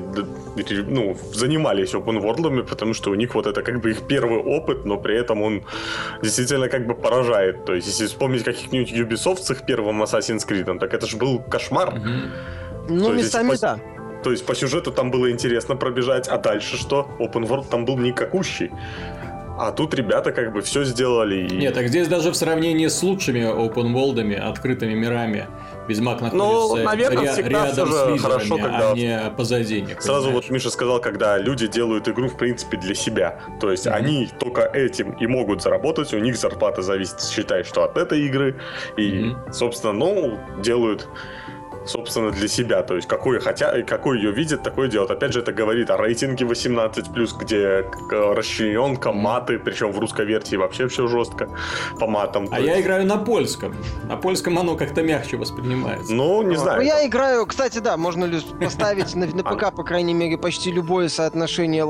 ну, занимались open-world'ами, потому что у них вот это как бы их первый опыт, но при этом он действительно как бы поражает. То есть, если вспомнить каких-нибудь Ubisoft с их первым Assassin's Creed, так это же был кошмар. Mm-hmm. Ну, то местами есть, да. То есть, по сюжету там было интересно пробежать, а дальше что? Open-world там был никакущий. А тут ребята как бы все сделали. И... Нет, так здесь даже в сравнении с лучшими open-world'ами, открытыми мирами, Ведьмак находится ну, наверное, ря- рядом с лидерами, хорошо, когда... а не позади них. Сразу понимаешь? Вот Миша сказал, когда люди делают игру, в принципе, для себя. То есть mm-hmm. они только этим и могут заработать, у них зарплата зависит, считай, что от этой игры. И, mm-hmm. собственно, ну, делают... собственно, для себя, то есть какой, хотя, какой ее видят, такой делают. Опять же, это говорит о рейтинге восемнадцать плюс, где расчлененка, маты, причем в русской версии вообще все жестко по матам. А я есть... играю на польском. На польском оно как-то мягче воспринимается. Ну, не знаю. Ну, я играю, кстати, да, можно ли поставить на, на ПК, по крайней мере, почти любое соотношение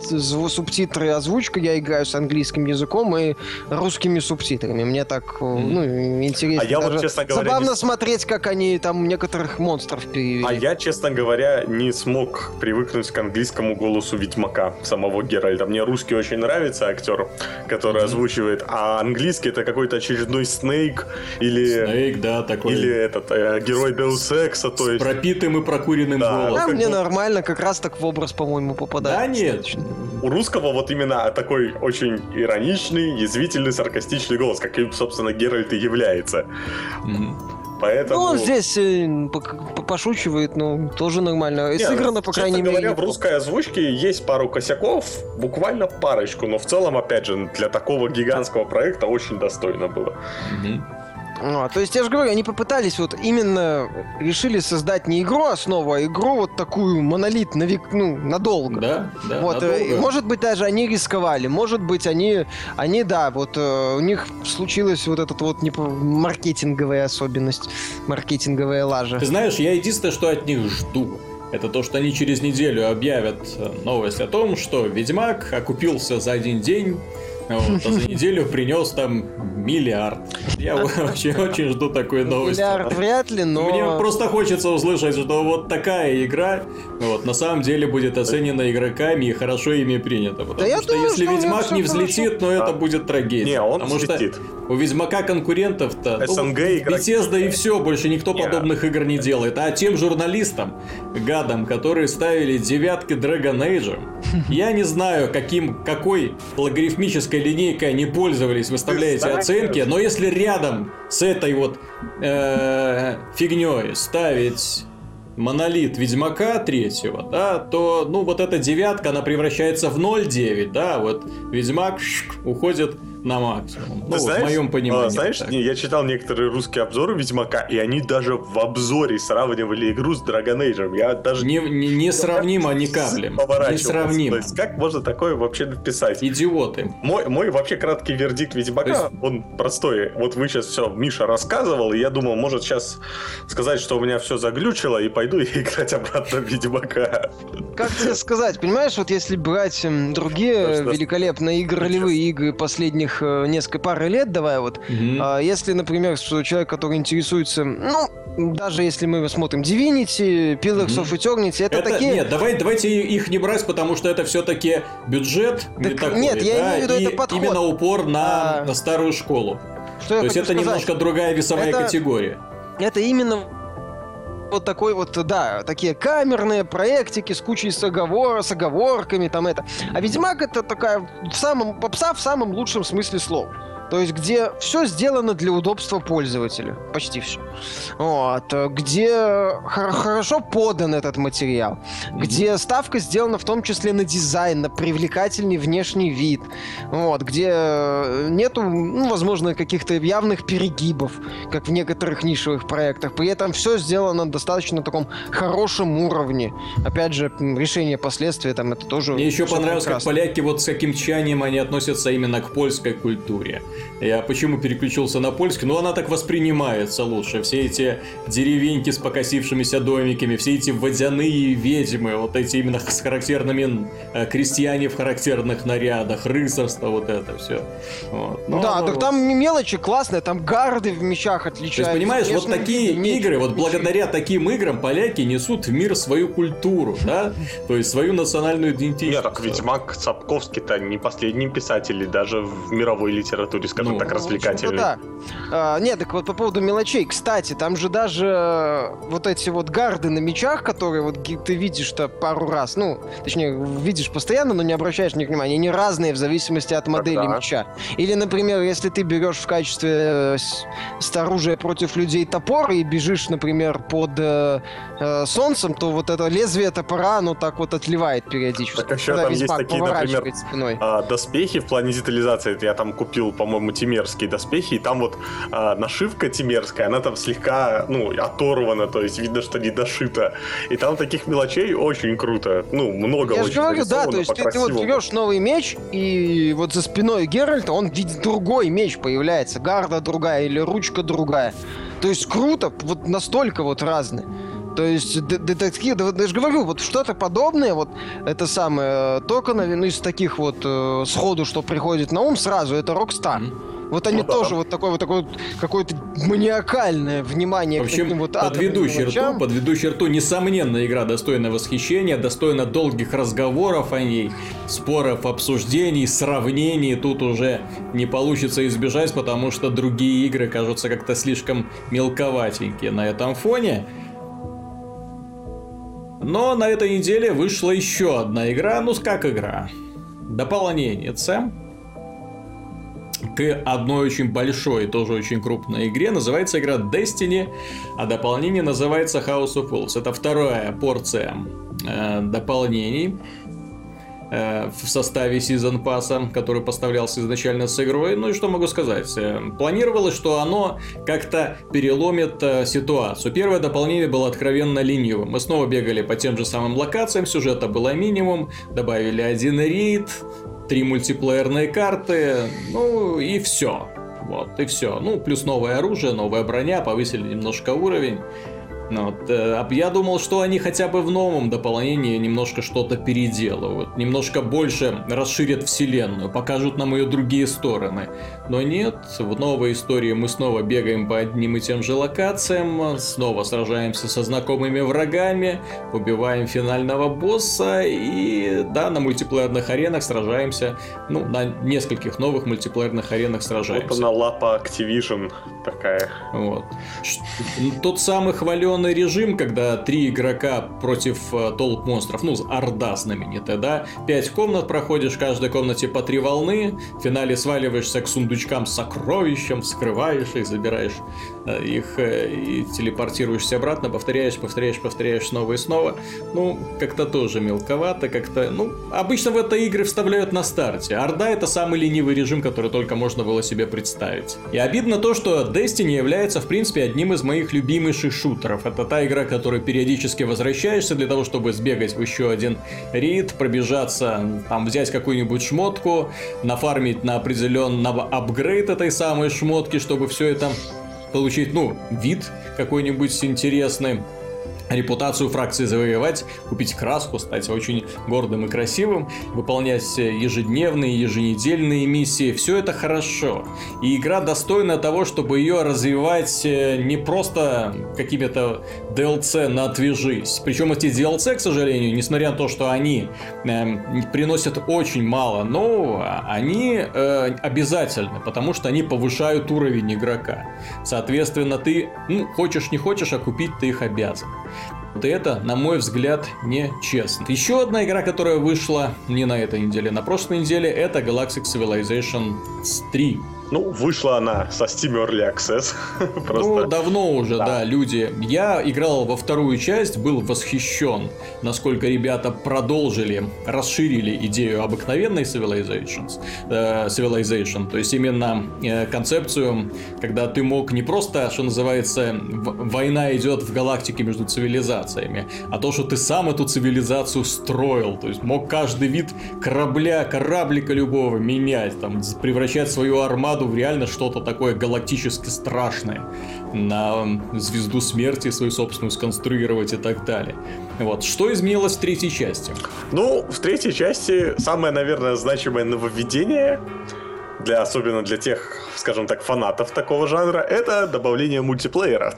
субтитры и озвучка. Я играю с английским языком и русскими субтитрами. Мне так, ну, интересно. А я вот, честно говоря, забавно не... смотреть, как они там некоторые монстров перевели. А я, честно говоря, не смог привыкнуть к английскому голосу Ведьмака, самого Геральта. Мне русский очень нравится актер, который mm-hmm. озвучивает, а английский это какой-то очередной Снейк или... Снейк, да, такой. Или этот, э, герой Deus Ex, то с есть... пропитым и прокуренным да, голосом. Да, мне бы... нормально, как раз так в образ, по-моему, попадает. Да нет. У русского вот именно такой очень ироничный, язвительный, саркастичный голос, каким, собственно, Геральт и является. Mm-hmm. Поэтому... Ну, он здесь э, пошучивает, но тоже нормально. И Нет, сыграно, по крайней говоря, мере. В русской озвучке есть пару косяков, буквально парочку, но в целом, опять же, для такого гигантского проекта очень достойно было. Mm-hmm. Ну, то есть, я же говорю, они попытались вот именно решили создать не игру основу, а игру вот такую монолит на век, ну, надолго. Да, да, вот, надолго. Э, может быть, даже они рисковали, может быть, они, они да, вот э, у них случилась вот эта вот не, маркетинговая особенность, маркетинговая лажа. Ты знаешь, я единственное, что от них жду, это то, что они через неделю объявят новость о том, что Ведьмак окупился за один день. Вот, а за неделю принес там миллиард. Я очень, очень жду такой новости. Миллиард вряд ли, но... Мне просто хочется услышать, что вот такая игра вот, на самом деле будет оценена игроками и хорошо ими принята. Потому да что думаю, если что Ведьмак не взлетит, то ну, это будет трагедия. Не, он потому взлетит. Что у Ведьмака конкурентов-то СНГ ну, игроки. Bethesda и все, больше никто не. подобных игр не делает. А тем журналистам, гадам, которые ставили девятки Dragon Age, я не знаю, каким, какой логарифмической линейкой они пользовались, выставляя эти оценки, но если рядом с этой вот э, фигней ставить монолит Ведьмака третьего, да, то, ну, вот эта девятка, она превращается в ноль целых девять десятых, да, вот Ведьмак шик, уходит на максимум. Ну, знаешь, в моем понимании. А, знаешь, не, я читал некоторые русские обзоры Ведьмака, и они даже в обзоре сравнивали игру с Dragon Age. Я даже... Не, не, не сравнимо ни каплем. Не сравнимо. То есть, как можно такое вообще написать? Идиоты. Мой, мой вообще краткий вердикт Ведьмака, есть... он простой. Вот вы сейчас все, Миша рассказывал, и я думал, может сейчас сказать, что у меня все заглючило, и пойду играть обратно в Ведьмака. Как тебе сказать? Понимаешь, вот если брать другие великолепные игры, ролевые игры последних несколько пары лет, давай вот, mm-hmm. а, если, например, человек, который интересуется, ну, даже если мы смотрим Divinity, Pillars mm-hmm. of Eternity, это, это такие... Нет, давай, давайте их не брать, потому что это все-таки бюджет так, такой, нет, я да, имею в виду, и это подход. Именно упор на, а... на старую школу. Что я То есть хочу это сказать? немножко другая весовая Это- категория. Это именно вот такой вот, да, такие камерные проектики с кучей с, оговор, с оговорками, там это. А Ведьмак это такая в самом, попса в самом лучшем смысле слова. То есть, где все сделано для удобства пользователя. Почти все. Вот. Где хор- хорошо подан этот материал. Мгм. Где ставка сделана в том числе на дизайн, на привлекательный внешний вид. Вот. Где нету, ну, возможно, каких-то явных перегибов, как в некоторых нишевых проектах. При этом все сделано на достаточно таком хорошем уровне. Опять же, м, решение последствий там это тоже... Мне еще всё понравилось, как прекрасно. поляки вот с каким тщанием они относятся именно к польской культуре. Я почему переключился на польский? Ну, она так воспринимается лучше. Все эти деревеньки с покосившимися домиками, все эти водяные ведьмы, вот эти именно с характерными э, крестьяне в характерных нарядах, рыцарство, вот это все. Вот. Ну, Да, оно так вот- там мелочи классные, там гарды в мечах То отличаются. есть, понимаешь, вот внешним такие видом, меч, игры, вот мечи. благодаря таким играм поляки несут в мир свою культуру, да? То есть свою национальную идентичность. Нет, так Ведьмак Сапковский-то не последний писатель, и даже в мировой литературе, скажем Ну, так, Ну, в общем-то, развлекательный. да. А, нет, так вот по поводу мелочей. Кстати, там же даже э, вот эти вот гарды на мечах, которые вот ги- ты видишь-то пару раз, ну, точнее, видишь постоянно, но не обращаешь на них внимания, они разные в зависимости от модели да. меча. Или, например, если ты берешь в качестве э, с- с оружия против людей топор и бежишь, например, под э, э, солнцем, то вот это лезвие топора, оно так вот отливает периодически. Так еще когда там есть Ведьмак такие, поворачивает например, спиной. А, доспехи в плане детализации. Это я там купил, по-моему, тимерские доспехи, и там вот а, нашивка тимерская, она там слегка, ну, оторвана, то есть видно, что не дошита. И там таких мелочей очень круто. Ну, много Я же очень говорю, да, нарисовано то есть ты, ты вот по-красивому. берешь новый меч, и вот за спиной Геральта он видит другой меч появляется, гарда другая или ручка другая. То есть круто, вот настолько вот разные. То есть д- детектив, да, вот я же говорю, вот что-то подобное, вот это самое, э, только, наверное, из таких вот э, сходу, что приходит на ум сразу, это Rockstar. Мгм. Вот они Ну да. тоже вот такое вот такое вот какое-то маниакальное внимание В к общем, таким вот подведу атомным черту, мелочам. подведу черту, несомненно, игра достойна восхищения, достойна долгих разговоров о ней, споров, обсуждений, сравнений. Тут уже не получится избежать, потому что другие игры кажутся как-то слишком мелковатенькие на этом фоне. Но на этой неделе вышла еще одна игра, ну как игра, дополнение к одной очень большой, тоже очень крупной игре. Называется игра Destiny, а дополнение называется House of Wolves. Это вторая порция э, дополнений э, в составе Season Pass, который поставлялся изначально с игрой. Ну и что могу сказать? Э, Планировалось, что оно как-то переломит э, ситуацию. Первое дополнение было откровенно ленивым. Мы снова бегали по тем же самым локациям, сюжета было минимум, добавили один рейд, три мультиплеерные карты, ну и все. Вот, и все. Ну, плюс новое оружие, новая броня, повысили немножко уровень. Ну, вот, э, я думал, что они хотя бы в новом дополнении немножко что-то переделывают, немножко больше расширят вселенную, покажут нам ее другие стороны. Но нет, в новой истории мы снова бегаем по одним и тем же локациям, снова сражаемся со знакомыми врагами, убиваем финального босса и, да, на мультиплеерных аренах сражаемся, ну, на нескольких новых мультиплеерных аренах сражаемся. Вот она лапа Activision такая. Вот. Ш- Тот самый хваленый режим, когда три игрока против э, толп монстров, ну, орда знаменитая, да, пять комнат проходишь, в каждой комнате по три волны, в финале сваливаешься к сундучкам с сокровищем, вскрываешь их, забираешь э, их э, и телепортируешься обратно, повторяешь, повторяешь, повторяешь снова и снова. Ну, как-то тоже мелковато, как-то, ну, обычно в это игры вставляют на старте. Орда — это самый ленивый режим, который только можно было себе представить. И обидно то, что Destiny является, в принципе, одним из моих любимейших шутеров. Это та игра, к которой периодически возвращаешься для того, чтобы сбегать в еще один рейд, пробежаться, там, взять какую-нибудь шмотку, нафармить на определенный апгрейд этой самой шмотки, чтобы все это получить, ну, вид какой-нибудь интересный. репутацию фракции завоевать, купить краску, стать очень гордым и красивым, выполнять ежедневные, еженедельные миссии. Все это хорошо. И игра достойна того, чтобы ее развивать не просто какими-то ди эл си на «отвяжись». Причем эти ди эл си, к сожалению, несмотря на то, что они э, приносят очень мало, но они э, обязательны, потому что они повышают уровень игрока. Соответственно, ты, ну, хочешь не хочешь, а купить ты их обязан. Вот это, на мой взгляд, нечестно. Еще одна игра, которая вышла не на этой неделе, на прошлой неделе, это Galactic Civilization три. Ну, вышла она со Steam Early Access. Просто... Ну, давно уже, да. да, люди. Я играл во вторую часть, был восхищен, насколько ребята продолжили, расширили идею обыкновенной Civilizations, э, Civilization. То есть, именно э, концепцию, когда ты мог не просто, что называется, война идет в галактике между цивилизациями, а то, что ты сам эту цивилизацию строил. То есть, мог каждый вид корабля, кораблика любого менять, там, превращать свою армаду в реально что-то такое галактически страшное, на звезду смерти свою собственную сконструировать и так далее. Вот. Что изменилось в третьей части? Ну, в третьей части самое, наверное, значимое нововведение, для, особенно для тех, скажем так, фанатов такого жанра, это добавление мультиплеера.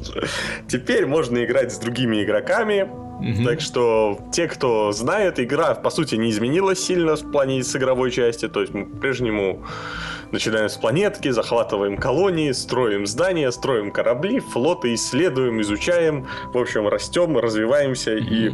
Теперь можно играть с другими игроками. Mm-hmm. Так что те, кто знает, игра по сути не изменилась сильно в плане с игровой части. То есть мы по-прежнему начинаем с планетки, захватываем колонии, строим здания, строим корабли, флоты, исследуем, изучаем. В общем, растем, развиваемся mm-hmm. и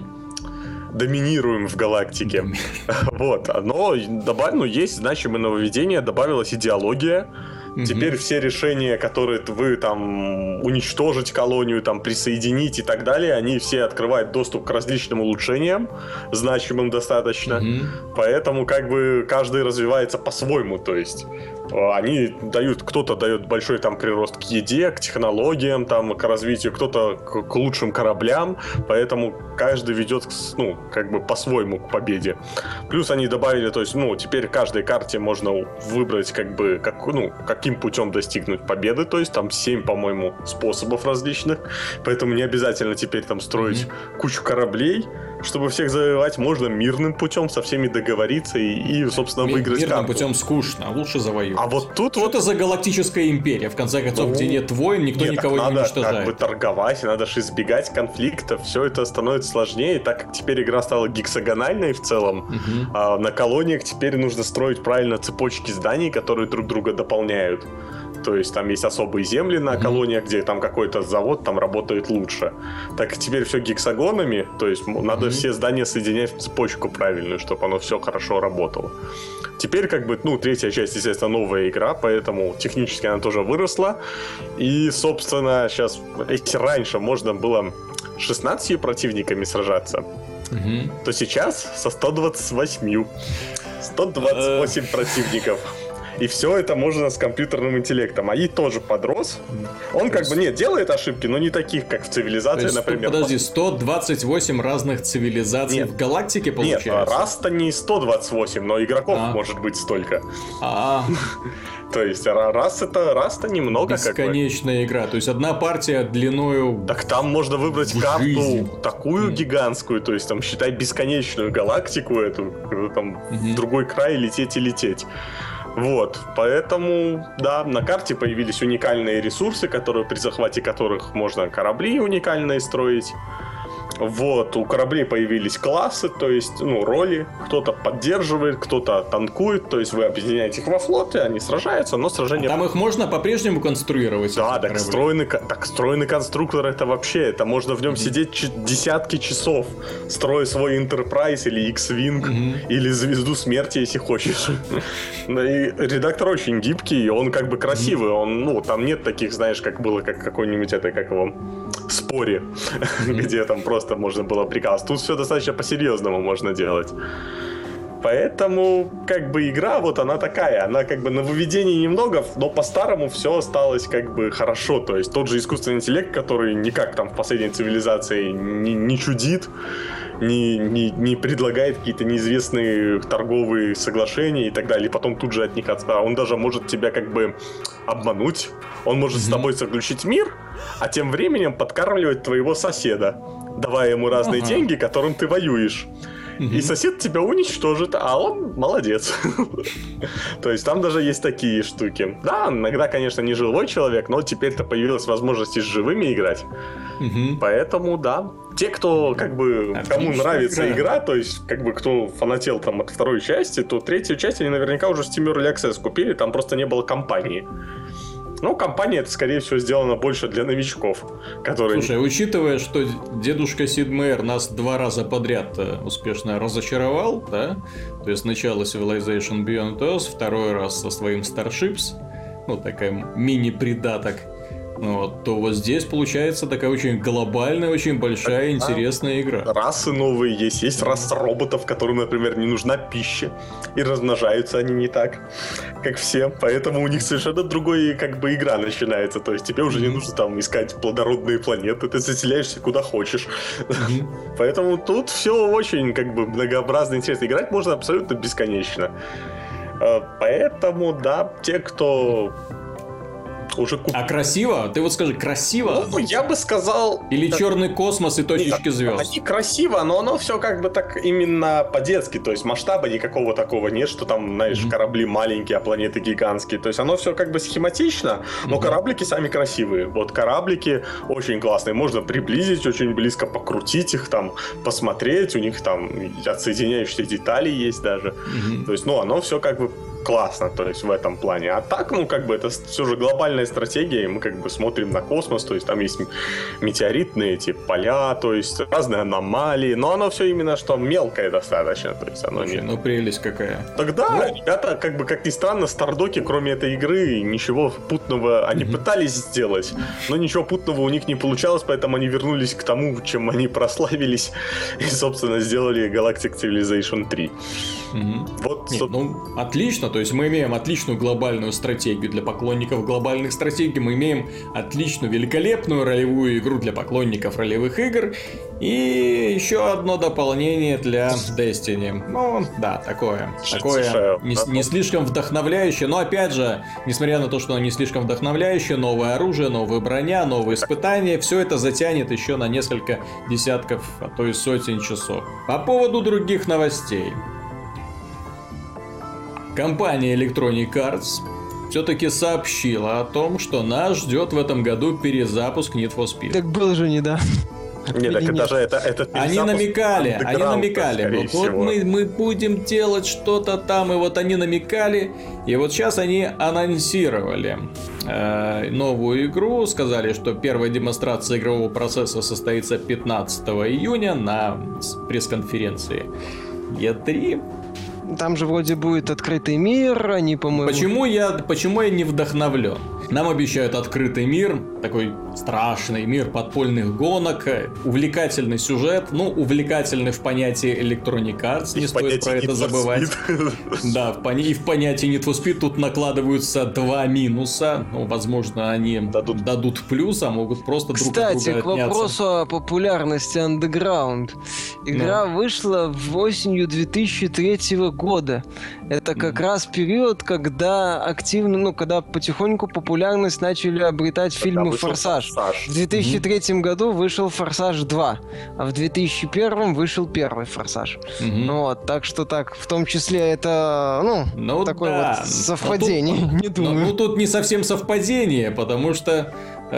доминируем в галактике. Вот. Но добав... ну, есть значимое нововведение, добавилась идеология. Mm-hmm. Теперь все решения, которые вы там уничтожить колонию, там присоединить и так далее, они все открывают доступ к различным улучшениям, значимым достаточно. Mm-hmm. Поэтому как бы каждый развивается по-своему. То есть они дают, кто-то дает большой там прирост к еде, к технологиям, там, к развитию, кто-то к, к лучшим кораблям. Поэтому каждый ведет, ну, как бы по-своему к победе. Плюс они добавили, то есть, ну, теперь каждой карте можно выбрать, как бы, как, ну, каким путем достигнуть победы. То есть там семь, по-моему, способов различных. Поэтому не обязательно теперь там строить mm-hmm. кучу кораблей, чтобы всех завоевать. Можно мирным путем со всеми договориться и, и собственно, Ми- выиграть мирным карту. Путем скучно, лучше завоевать. А вот тут что вот... это за галактическая империя, в конце концов, ну, где нет войн, никто нет, никого надо не уничтожает. Надо как бы торговать, надо же избегать конфликтов, все это становится сложнее, так как теперь игра стала гексагональной в целом, угу. а на колониях теперь нужно строить правильно цепочки зданий, которые друг друга дополняют. То есть там есть особые земли на mm-hmm. колониях, где там какой-то завод там работает лучше. Так теперь все гексагонами, то есть надо mm-hmm. все здания соединять в цепочку правильную, чтобы оно все хорошо работало. Теперь как бы, ну, третья часть, естественно, новая игра, поэтому технически она тоже выросла. И, собственно, сейчас, если раньше можно было шестнадцатью противниками сражаться, mm-hmm. то сейчас со сто двадцать восемью. сто двадцать восемь противников. И все это можно с компьютерным интеллектом. эй ай тоже подрос. Он как бы, нет, делает ошибки, но не таких, как в цивилизации, есть, например. Подожди, сто двадцать восемь разных цивилизаций нет. в галактике получается? Нет, раз-то не сто двадцать восемь, но игроков а. может быть столько. А. То есть раз это раз-то немного. Бесконечная игра. То есть одна партия длиною. Так там можно выбрать карту жизнь. такую mm. гигантскую, то есть там считай бесконечную галактику эту, там mm-hmm. в другой край лететь и лететь. Вот, поэтому, да, на карте появились уникальные ресурсы, которые, при захвате которых можно корабли уникальные строить. Вот, у кораблей появились классы, то есть, ну, роли. Кто-то поддерживает, кто-то танкует, то есть вы объединяете их во флоты, они сражаются, но сражения... А там их можно по-прежнему конструировать? Да, так встроенный, так встроенный конструктор, это вообще, это можно в нем mm-hmm. сидеть ч- десятки часов, строя свой Enterprise или X-Wing, mm-hmm. или Звезду Смерти, если хочешь. Ну и редактор очень гибкий, он как бы красивый, он, ну, там нет таких, знаешь, как было, как какой-нибудь, это, как его, споре, где там просто можно было приказ. Тут все достаточно по-серьезному можно делать. Поэтому, как бы, игра вот она такая. Она как бы нововведений немного, но по-старому все осталось как бы хорошо. То есть тот же искусственный интеллект, который никак там в последней цивилизации не, не чудит, не, не, не предлагает какие-то неизвестные торговые соглашения и так далее, и потом тут же от них отстать. Он даже может тебя как бы обмануть. Он может mm-hmm. с тобой заключить мир, а тем временем подкармливать твоего соседа, давая ему разные Ага. деньги, которым ты воюешь. И сосед тебя уничтожит, а он молодец. То есть там даже есть такие штуки. Да, иногда, конечно, не живой человек, но теперь-то появилась возможность и с живыми играть. Мгм. Поэтому, да. Те, кто, как бы, кому Отличная нравится игра. игра, то есть, как бы, кто фанател там от второй части, то третью часть они наверняка уже в Steam Early Access купили, там просто не было кампании. Ну, кампания, это, скорее всего, сделана больше для новичков, которые... Слушай, учитывая, что дедушка Сид Мейер нас два раза подряд э, успешно разочаровал, да, то есть сначала Civilization Beyond Earth, второй раз со своим Starships, ну, такая мини-придаток, ну, вот, то вот здесь получается такая очень глобальная, очень большая, Так, интересная игра. Расы новые есть, есть раса роботов, которым, например, не нужна пища, и размножаются они не так, как все, поэтому у них совершенно другая, как бы, игра начинается, то есть тебе уже не нужно там искать плодородные планеты, ты заселяешься куда хочешь, поэтому тут все очень, как бы, многообразно, интересно, играть можно абсолютно бесконечно, Э, поэтому, да, те, кто уже купил... А красиво? Ты вот скажи, красиво? Ну, я бы сказал... Или так, черный космос и точечки нет, звезд? Они красиво, но оно все как бы так именно по-детски. То есть масштаба никакого такого нет, что там, знаешь, Мгм. корабли маленькие, а планеты гигантские. То есть оно все как бы схематично, но Мгм. кораблики сами красивые. Вот кораблики очень классные. Можно приблизить, очень близко покрутить их, там, посмотреть. У них там отсоединяющиеся детали есть даже. Мгм. То есть, ну, оно все как бы классно, то есть в этом плане. А так, ну, как бы это все же глобальная стратегия, и мы как бы смотрим на космос, то есть там есть м- метеоритные эти поля, то есть разные аномалии, но оно все именно что мелкое достаточно, то есть оно Слушай, не... ну прелесть какая. Тогда Ну. ребята, как бы, как ни странно, Стардоки, кроме этой игры, ничего путного они Мгм. пытались сделать, но ничего путного у них не получалось, поэтому они вернулись к тому, чем они прославились, и, собственно, сделали Galactic Civilization три. Мгм. Вот, Нет, соб- ну, отлично, то есть мы имеем отличную глобальную стратегию для поклонников глобальных стратегий, мы имеем отличную, великолепную ролевую игру для поклонников ролевых игр, и еще одно дополнение для Destiny. Ну, да, такое, такое Слушай, не, а- не слишком вдохновляющее, но опять же, несмотря на то, что оно не слишком вдохновляющее, новое оружие, новая броня, новые испытания, все это затянет еще на несколько десятков, а то и сотен часов. По поводу других новостей. Компания Electronic Arts все-таки сообщила о том, что нас ждет в этом году перезапуск Need for Speed. Так был же недавно. Не, так Или это нет? же это, это Они перезапуск намекали, они Underground, намекали, скорее вот, вот всего. мы, мы будем делать что-то там, и вот они намекали, и вот сейчас они анонсировали э, новую игру, сказали, что первая демонстрация игрового процесса состоится пятнадцатого июня на с- пресс-конференции и три. Там же вроде будет открытый мир, они, по-моему... Почему я, почему я не вдохновлен? Нам обещают открытый мир, такой страшный мир подпольных гонок, э, увлекательный сюжет, ну, увлекательный в понятии Electronic Arts, не В стоит понятии про это Need for забывать. Speed. Да, в пони- и в понятии Need for Speed тут накладываются два минуса, ну, возможно, они Дадут. дадут, плюс, а могут просто друг от Кстати, друга к отняться. вопросу о популярности Underground. Игра вышла в осенью две тысячи третьего года. Это как Мгм. раз период, когда активно, ну, когда потихоньку популярность начали обретать Когда фильмы вышел «Форсаж». «Форсаж». В две тысячи третьем году вышел «Форсаж два», а в две тысячи первом вышел первый «Форсаж». Мгм. Вот, так что так, в том числе это, ну, Ну такое да, вот но совпадение, тут- не Ну, думаю. ну, тут не совсем совпадение, потому что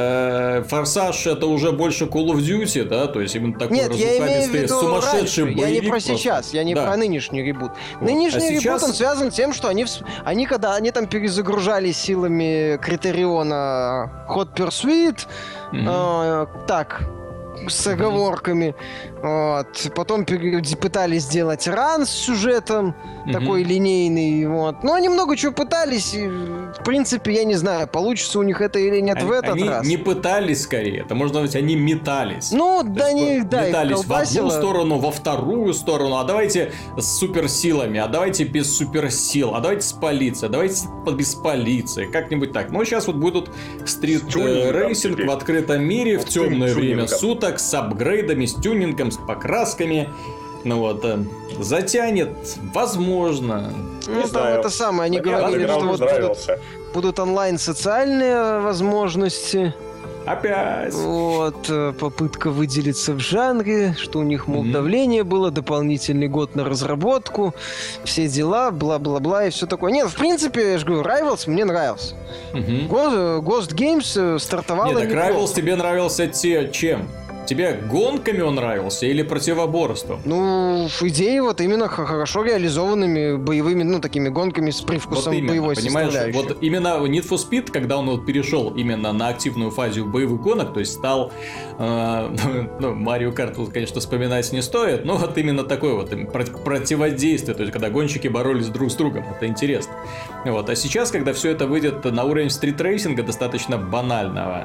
э, Форсаж это уже больше Call of Duty, да, то есть именно такой Нет, я имею в разухабистый, виду сумасшедший раньше. Я боевик. не про просто. сейчас, я не Да. про нынешний ребут. Вот. Нынешний А ребут, сейчас- он связан с тем, что они, вс- они когда они там перезагружали силами Критериона Hot Pursuit, Мгм. э, так, с оговорками. Вот. Потом пере- пытались сделать ран с сюжетом, Мгм. такой линейный. Вот. Но они много чего пытались. И, в принципе, я не знаю, получится у них это или нет в Они, этот они раз. не пытались скорее, это можно сказать, они метались. Ну, То да, есть, не, вот да, их метались в одну колбасило. сторону, во вторую сторону, а давайте с суперсилами, а давайте без суперсил, а давайте с полицией, а давайте с- без полиции, как-нибудь так. Ну, сейчас вот будут тюнингом стрит-рейсинг теперь. в открытом мире в С тюн- темное время тюнингом. суток, с апгрейдами, с тюнингом, с покрасками. Ну вот, э, затянет, возможно. Ну, Не там знаю. это самое, они Мне говорили, Underground что вот будут, нравился. будут онлайн-социальные возможности. Опять. Вот, попытка выделиться в жанре, что у них, мол, mm-hmm. давление было, дополнительный год на разработку, все дела, бла-бла-бла и все такое. Нет, в принципе, я же говорю, Rivals мне нравился. Mm-hmm. Ghost Games стартовала... Нет, так Rivals тебе нравился те, чем? Тебе гонками он нравился или противоборством? Ну, в идее, вот именно хорошо реализованными боевыми, ну, такими гонками с привкусом вот именно, боевой составляющей. Вот именно Need for Speed, когда он вот перешел именно на активную фазу боевых гонок, то есть стал, э, ну, Mario Kart тут, конечно, вспоминать не стоит, но вот именно такое вот противодействие, то есть когда гонщики боролись друг с другом, это интересно. Вот. А сейчас, когда все это выйдет на уровень стритрейсинга, достаточно банального,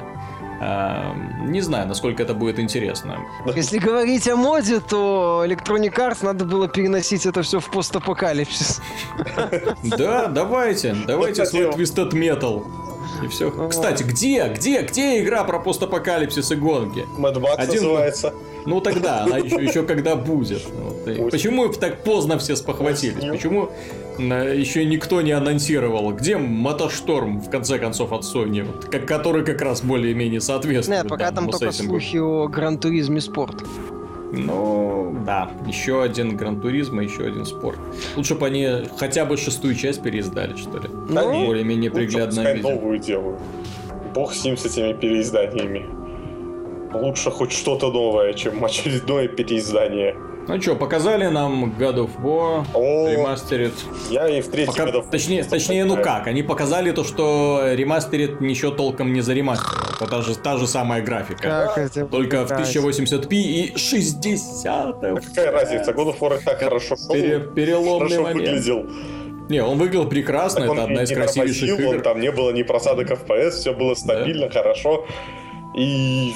не знаю, насколько это будет интересно. Если говорить о моде, то Electronic Arts надо было переносить это все в постапокалипсис. Да, давайте, давайте свой Twisted Metal. И все. Кстати, где, где, где игра про постапокалипсис и гонки? Mad Max Один... называется. Ну тогда, она еще, еще когда будет. Вот. Почему так поздно все спохватились? Почему еще никто не анонсировал? Где Мотошторм, в конце концов, от Sony, вот, который как раз более-менее соответствует. Нет, пока там только сеттингу. Слухи о Гран-туризме спорт. Ну, да, еще один Гран-туризм и еще один спорт. Лучше бы они хотя бы шестую часть переиздали, что ли. Да ну, более-менее приглядно видео. Новую делаю. Бог с ним, с этими переизданиями. Лучше хоть что-то новое, чем очередное переиздание. Ну что, показали нам God of War Remastered. Я и в третьем Пока... God of War. Точнее, точнее, ну как, они показали то, что Remastered ничего толком не заремастерил. Это та же, та же самая графика. Как только в тысяча восемьдесят пи и шестьдесят. А какая разница? God of War так хорошо шел, Пере... Переломный хорошо момент. выглядел. Не, он выглядел прекрасно, так это одна из красивейших игр. Там не было ни просадок эф пи эс, все было стабильно, да. Хорошо. И...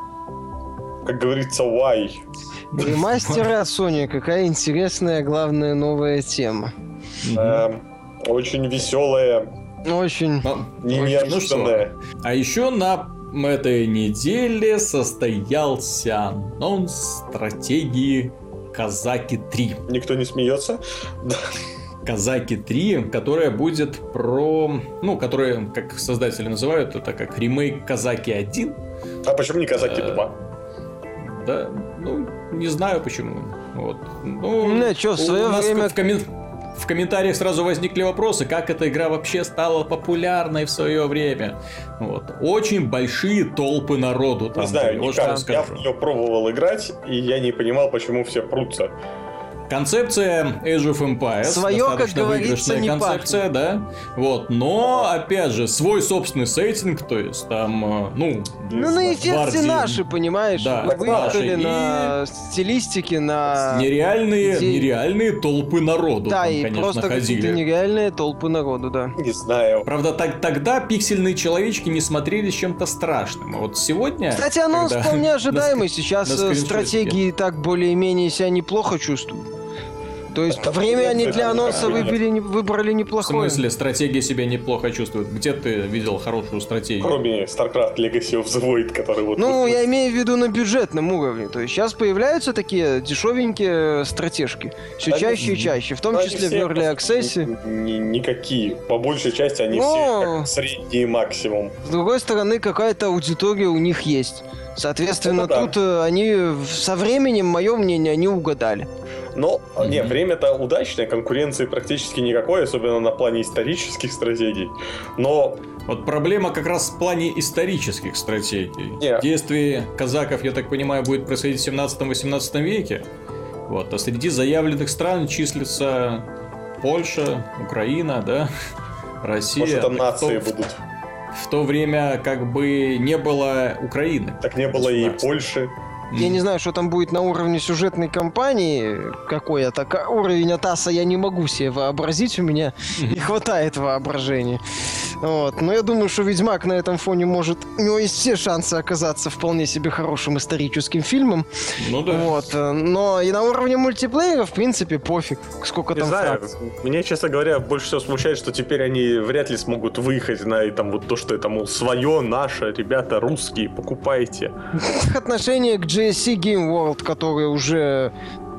Как говорится, why? Ремастеры от Sony, какая интересная, главная новая тема. Эм, очень веселая. Очень. Неожиданная. Ну, а еще на этой неделе состоялся анонс стратегии Казаки три. Никто не смеется? Казаки три, которая будет про... Ну, которая, как создатели называют, это как ремейк Казаки один. А почему не Казаки два? Да, ну, не знаю почему. Вот. Ну, не, что, в свое время... В, коммен... в комментариях сразу возникли вопросы, как эта игра вообще стала популярной в свое время. Вот. Очень большие толпы народу там. Не знаю, вот никак. Я в нее пробовал играть, и я не понимал, почему все прутся. Концепция Age of Empires. Свое, достаточно как выигрышная не концепция, пахнет. Да. Вот. Но, опять же, свой собственный сеттинг, то есть там, ну... Ну, на эффекте наши, понимаешь? Да, выехали на стилистике, на... Нереальные, нереальные толпы народу да, там, и конечно, просто ходили. какие-то нереальные толпы народу, да. Не знаю. Правда, так, тогда пиксельные человечки не смотрелись чем-то страшным. А вот сегодня... Кстати, анонс когда... вполне ожидаемый. Сейчас на стратегии так более-менее себя неплохо чувствуют. То есть так, время они для анонса выбили, выбрали неплохое. В смысле, стратегия себя неплохо чувствует? Где ты видел хорошую стратегию? Кроме StarCraft Legacy of the Void, который вот... Ну, я имею в виду на бюджетном уровне. То есть сейчас появляются такие дешевенькие стратежки. Все они, чаще и чаще. В том числе в Early Access. Ни, никакие. По большей части они Но... все как средний максимум. С другой стороны, какая-то аудитория у них есть. Соответственно, это тут да. они со временем, мое мнение, они угадали. Но, mm-hmm. не, время-то удачное, конкуренции практически никакой, особенно на плане исторических стратегий. Но... Вот проблема как раз в плане исторических стратегий. Yeah. Действие казаков, я так понимаю, будет происходить в семнадцатом-восемнадцатом веке. Вот. А среди заявленных стран числится Польша, Украина, да, Россия. Может, там так нации в... будут. В то время как бы не было Украины. Так не было и Польши. Я не знаю, что там будет на уровне сюжетной кампании, какой это уровень Атаса я не могу себе вообразить, у меня не хватает воображения. Вот. Но я думаю, что Ведьмак на этом фоне может... У него есть все шансы оказаться вполне себе хорошим историческим фильмом. Ну да. Вот. Но и на уровне мультиплеера, в принципе, пофиг, сколько не там знаю. фракций. Меня, честно говоря, больше всего смущает, что теперь они вряд ли смогут выехать на этом вот то, что это, мол, свое, наше, ребята, русские, покупайте. Отношение к джи эс си Game World, которые уже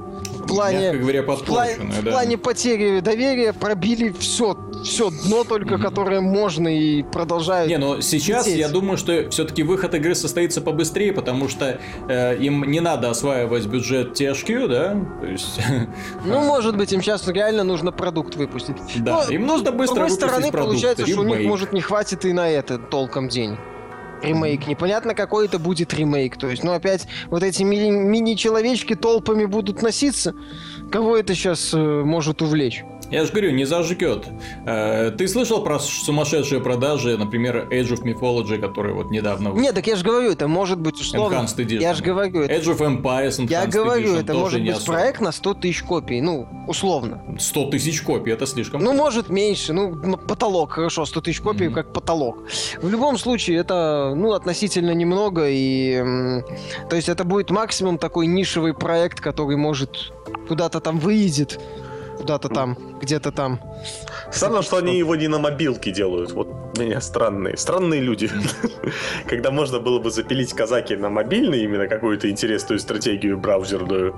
плане, мягко говоря, в, пла- подпорченная, в да. плане потери доверия пробили все, все дно только, Мгм. которое можно, и продолжают. Не, но сейчас лететь. я думаю, что все-таки выход игры состоится побыстрее, потому что э, им не надо осваивать бюджет ти эйч кью, да? То есть, Ну, может быть, им сейчас реально нужно продукт выпустить. да, Но, им нужно быстро С другой выпустить стороны, продукт, получается, что у них, ремейк. может, не хватит и на это толком денег. Ремейк. Непонятно, какой это будет ремейк. То есть, ну, опять вот эти мини- мини-человечки толпами будут носиться. Кого это сейчас э, может увлечь? Я же говорю, не зажгет. Э, Ты слышал про сумасшедшие продажи, например, Age of Mythology, который вот недавно вышел? Нет, так я же говорю, это может быть условно. Enhanced Edition. Я же говорю, это, Age of Empires Enhanced я говорю, Edition это тоже может не быть особо. проект на сто тысяч копий. Ну, условно. сто тысяч копий, это слишком. Ну, может, меньше. Ну, м- потолок, хорошо, сто тысяч копий Мгм. как потолок. В любом случае, это, ну, относительно немного, и... м, то есть, это будет максимум такой нишевый проект, который, может, куда-то там выйдет, куда-то там, где-то там. Странно, что они его не на мобилке делают. Вот меня странные. Странные люди. Когда можно было бы запилить казаки на мобильный, именно какую-то интересную стратегию браузерную,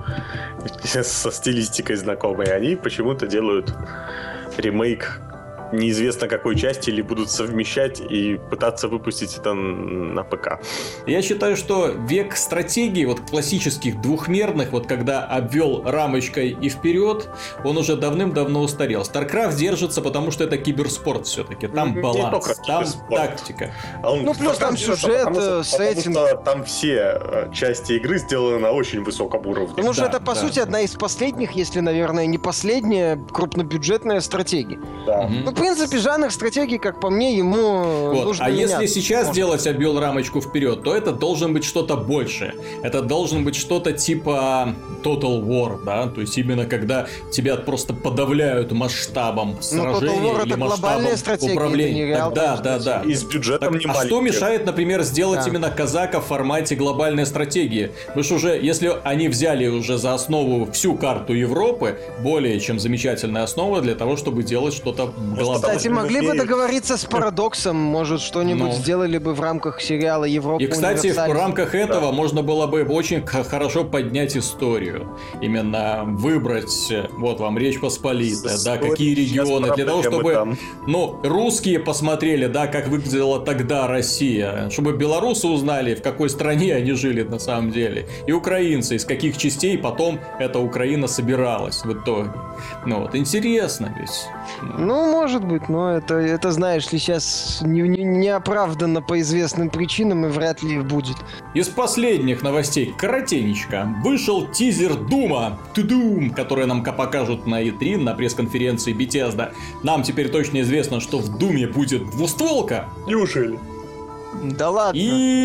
со стилистикой знакомой, они почему-то делают ремейк неизвестно какой части, или будут совмещать и пытаться выпустить это на ПК. Я считаю, что век стратегий, вот классических двухмерных, вот когда обвел рамочкой и вперед, он уже давным-давно устарел. StarCraft держится, потому что это киберспорт все-таки. Там Не баланс, только там киберспорт. тактика. А он, Ну, плюс там StarCraft сюжет, потому что- э, сеттинг. Потому что там все э, части игры сделаны на очень высоком уровне. Потому что Да, это, по да. сути, одна из последних, если, наверное, не последняя, крупнобюджетная стратегия. Да. Мгм. Ну, в принципе, жанр стратегии, как по мне, ему Вот. нужно А меняться. если сейчас Может. делать обвел рамочку вперед, то это должен быть что-то большее. Это должен быть что-то типа Total War, да, то есть именно когда тебя просто подавляют масштабом сражения Ну, Total War или это масштабом глобальная стратегия, это не управления. реальная Да, да, да. стратегия. И с бюджетом Так, не а что маленьким. мешает, например, сделать Да. именно казака в формате глобальной стратегии? Вы же уже, если они взяли уже за основу всю карту Европы, более чем замечательная основа для того, чтобы делать что-то глобальное. Кстати, могли бы Имеет. договориться с Парадоксом, может, что-нибудь Ну. сделали бы в рамках сериала Европа И, кстати, в Универсаль. рамках этого можно было бы очень х- хорошо поднять историю. Именно выбрать, э, вот вам Речь Посполитая, да, История какие сейчас регионы, для того, проблемы чтобы, там. ну, русские посмотрели, да, как выглядела тогда Россия, чтобы белорусы узнали, в какой стране они жили на самом деле, и украинцы, из каких частей потом эта Украина собиралась в итоге. Ну, вот, интересно ведь. Ну, может быть, но это, это знаешь ли, сейчас не, не, не оправданно по известным причинам и вряд ли будет. Из последних новостей, коротенечко, вышел тизер Дума, Тудум, который нам ка- покажут на и три, на пресс-конференции Bethesda. Нам теперь точно известно, что в Думе будет двустволка, Неужели? Да ладно.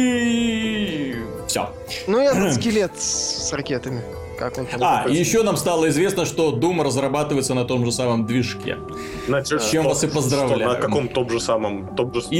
и... все. Ну, и этот скелет с, с ракетами. Как он там? А, и еще нам стало известно, что Doom разрабатывается на том же самом движке. На чё- С чем вас и что- поздравляю. На каком том же самом? Том же...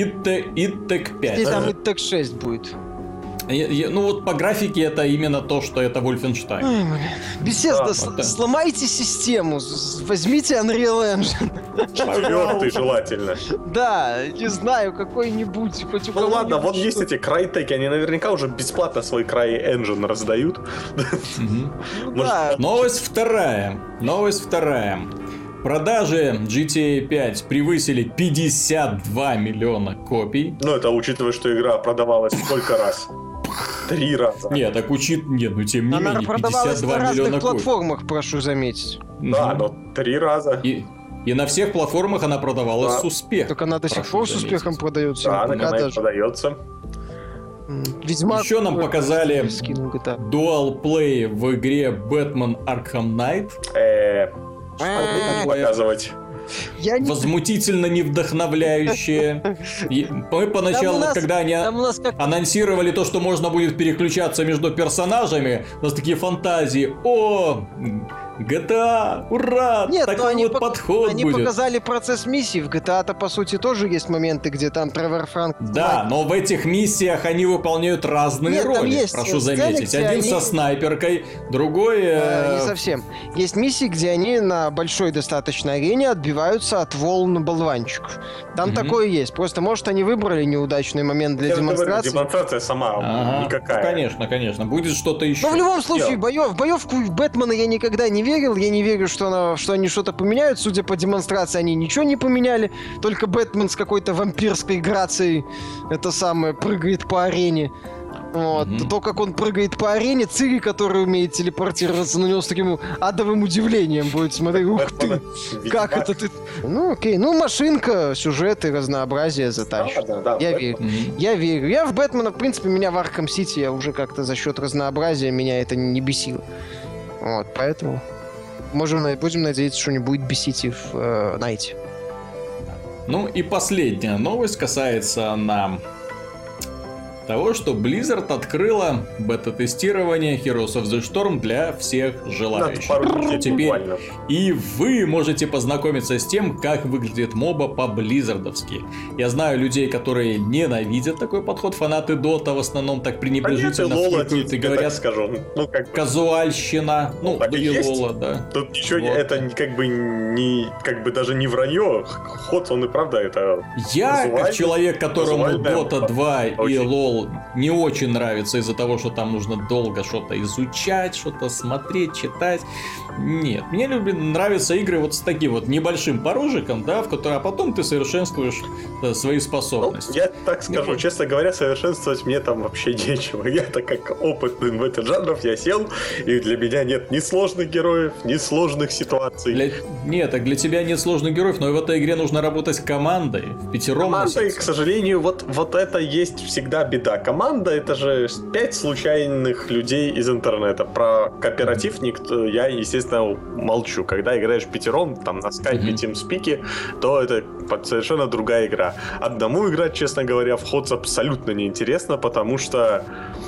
ИТ пять. И там и Тек шесть будет. Я- я- Ну вот по графике это именно то, что это Wolfenstein. Ой, блин. Bethesda, Да, с- вот так. сломайте систему, с- возьмите Unreal Engine. Четвертый желательно. Да, не знаю, какой-нибудь, хоть у Ну ладно, кого-нибудь вот есть что-то. эти крайтеки, они наверняка уже бесплатно свой край engine раздают. Мгм. Ну Может, да, Новость вторая. Новость вторая. Продажи джи ти эй пять превысили пятьдесят два миллиона копий. Ну это учитывая, что игра продавалась сколько раз? Три раза. Нет, так учит... Нет, ну тем не она менее, продавалась пятьдесят на два миллиона разных копий. платформах, прошу заметить. Да, Мгм. но три раза. И, и на всех платформах она продавалась Да. с успехом. Только она до сих прошу пор с заметить. успехом продается. Да, пока она и даже. продается. М, Ведьмак... Еще нам показали скинул джи ти эй. Dual Play в игре Batman Arkham Knight. Э, А, Что показывать? Я не... Возмутительно невдохновляющее. И мы поначалу, Там у нас- когда они Там у нас как... анонсировали то, что можно будет переключаться между персонажами, у нас такие фантазии. О, джи ти эй, ура! Нет, но такой они, вот пок- А подход они будет. показали процесс миссий. В джи ти эй-то, по сути, тоже есть моменты, где там Тревор Франк... Да, но в этих миссиях они выполняют разные Нет, там роли, есть прошу сцены, заметить. где Один они- со снайперкой, другой... Э, э, Не совсем. Есть миссии, где они на большой достаточно арене отбиваются от волн болванчиков. Там Мгм. такое есть. Просто, может, они выбрали неудачный момент для Я же говорю, демонстрации. демонстрация сама ага, никакая. Конечно, конечно. Будет что-то еще. Но в любом случае, Нет. боев, боевку Бэтмена я никогда не верил, я не верю, что, она, что они что-то поменяют. Судя по демонстрации, они ничего не поменяли. Только Бэтмен с какой-то вампирской грацией, это самое, прыгает по арене. Вот. Mm-hmm. То, как он прыгает по арене, Цири, который умеет телепортироваться, на него с таким адовым удивлением будет смотреть. Ух ты, как это ты... Ну окей, ну машинка, сюжеты, разнообразие затащит. Да, да, да, я верю, mm-hmm. я верю. Я в Бэтмена, в принципе, меня в Арkham Сити, я уже как-то за счет разнообразия, меня это не бесило. Вот, поэтому можем, будем надеяться, что не будет бесить и в э, Найте. Ну и последняя новость касается нам того, что Blizzard открыла бета-тестирование Heroes of the Storm для всех желающих. Да, теперь и вы можете познакомиться с тем, как выглядит моба по-близзардовски. Я знаю людей, которые ненавидят такой подход, фанаты Дота в основном так пренебрежительно фыркают и говорят, скажу. Ну, как бы... казуальщина, ну, так и есть. Лола, да. Тут ничего, вот. Это как бы не, как бы даже не вранье, ход он и правда это. Я, как человек, которому Дота два очень. И лол не очень нравится из-за того, что там нужно долго что-то изучать, что-то смотреть, читать. Нет, мне любят, нравятся игры вот с таким вот небольшим порожиком, да, в котором, а потом ты совершенствуешь да, свои способности. Ну, я так скажу, не честно говоря, совершенствовать мне там вообще нечего. Я-то как опытный в этот жанров, я сел, и для меня нет ни сложных героев, ни сложных ситуаций. Для... Нет, так для тебя нет сложных героев, но в этой игре нужно работать с командой, в пятером. Командой, к сожалению, вот, вот это есть всегда беда. Команда — это же пять случайных людей из интернета. Про кооператив никто, я, естественно, молчу. Когда играешь пятером, там, на скайпе, тимспике, то это совершенно другая игра. Одному играть, честно говоря, в ходс абсолютно неинтересно, потому что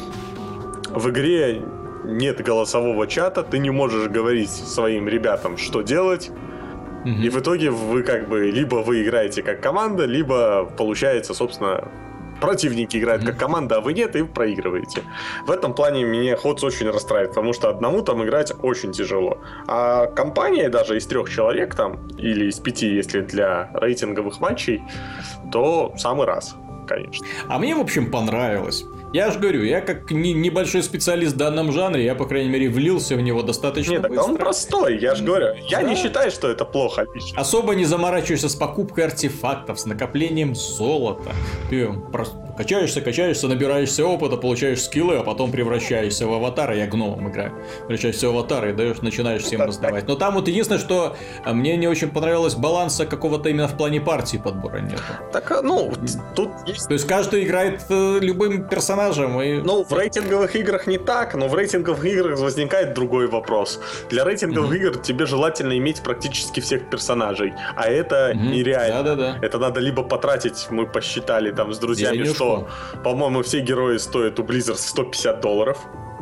в игре нет голосового чата, ты не можешь говорить своим ребятам, что делать. И в итоге вы как бы либо вы играете как команда, либо получается, собственно, противники играют mm-hmm. как команда, а вы нет, и вы проигрываете. В этом плане меня ходс очень расстраивает, потому что одному там играть очень тяжело. А компания даже из трех человек там, или из пяти, если для рейтинговых матчей, то самый раз, конечно. А мне, в общем, понравилось. Я же говорю, я как не, небольшой специалист в данном жанре, я, по крайней мере, влился в него достаточно Нет, быстро. Нет, он простой, я же говорю. Я да. не считаю, что это плохо. Лично. Особо не заморачиваешься с покупкой артефактов, с накоплением золота. Ты просто качаешься, качаешься, набираешься опыта, получаешь скиллы, а потом превращаешься в аватара. Я гномом играю. Превращаешься в аватара и даешь, начинаешь всем раздавать. Но там вот единственное, что мне не очень понравилось, баланса какого-то именно в плане партии подбора нет. Так, ну, тут есть... То есть каждый играет э, любым персонажем. И... Ну, в рейтинговых играх не так, но в рейтинговых играх возникает другой вопрос. Для рейтинговых mm-hmm. игр тебе желательно иметь практически всех персонажей, а это mm-hmm. нереально. Да-да-да. Это надо либо потратить, мы посчитали там с друзьями, что, по-моему, все герои стоят у Blizzard сто пятьдесят долларов.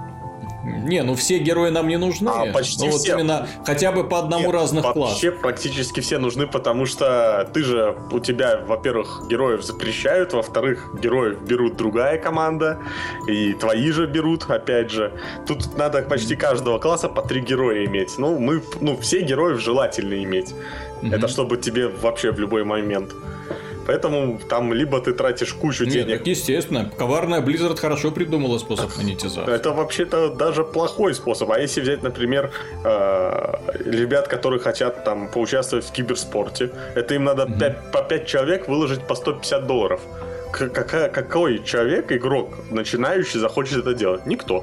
Не, ну все герои нам не нужны. А, почти ну, все. Вот именно хотя бы по одному. Нет, разных классов. Вообще практически все нужны, потому что ты же, у тебя, во-первых, героев запрещают, во-вторых, героев берут другая команда, и твои же берут, опять же. Тут надо почти каждого класса по три героя иметь. Ну, мы, ну, все героев желательно иметь. Mm-hmm. Это чтобы тебе вообще в любой момент. Поэтому там либо ты тратишь кучу Нет, денег. Так естественно, коварная Blizzard хорошо придумала способ монетизации. Это вообще-то даже плохой способ. А если взять, например, э, ребят, которые хотят там поучаствовать в киберспорте, это им надо mm-hmm. пять, по пять человек выложить по сто пятьдесят долларов. К- какая, какой человек, игрок, начинающий, захочет это делать? Никто.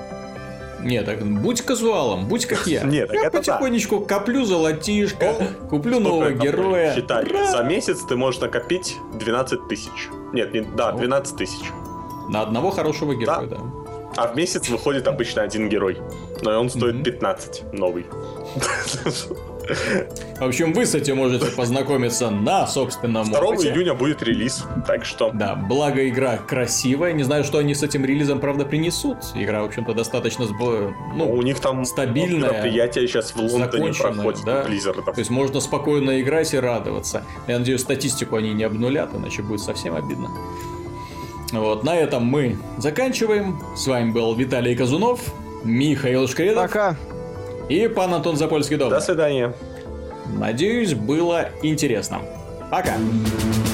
Нет, так будь казуалом, будь как я. Нет, я это потихонечку да. коплю золотишко, О, куплю нового героя. Считай, за месяц ты можешь накопить двенадцать тысяч. Нет, не, да, двенадцать тысяч. На одного хорошего героя, да. да. А в месяц выходит обычно один герой. Но он стоит mm-hmm. пятнадцать, новый. В общем, вы с этим можете познакомиться на собственном опыте. второго июня будет релиз, так что... Да, благо игра красивая. Не знаю, что они с этим релизом, правда, принесут. Игра, в общем-то, достаточно сбо... ну, у них там стабильная. Мероприятие сейчас в Лондоне проходит, да? Blizzard. То есть можно спокойно играть и радоваться. Я надеюсь, статистику они не обнулят, иначе будет совсем обидно. Вот, на этом мы заканчиваем. С вами был Виталий Казунов, Михаил Шкредов. Пока. И пан Антон Запольский-Добрый. До свидания. Надеюсь, было интересно. Пока.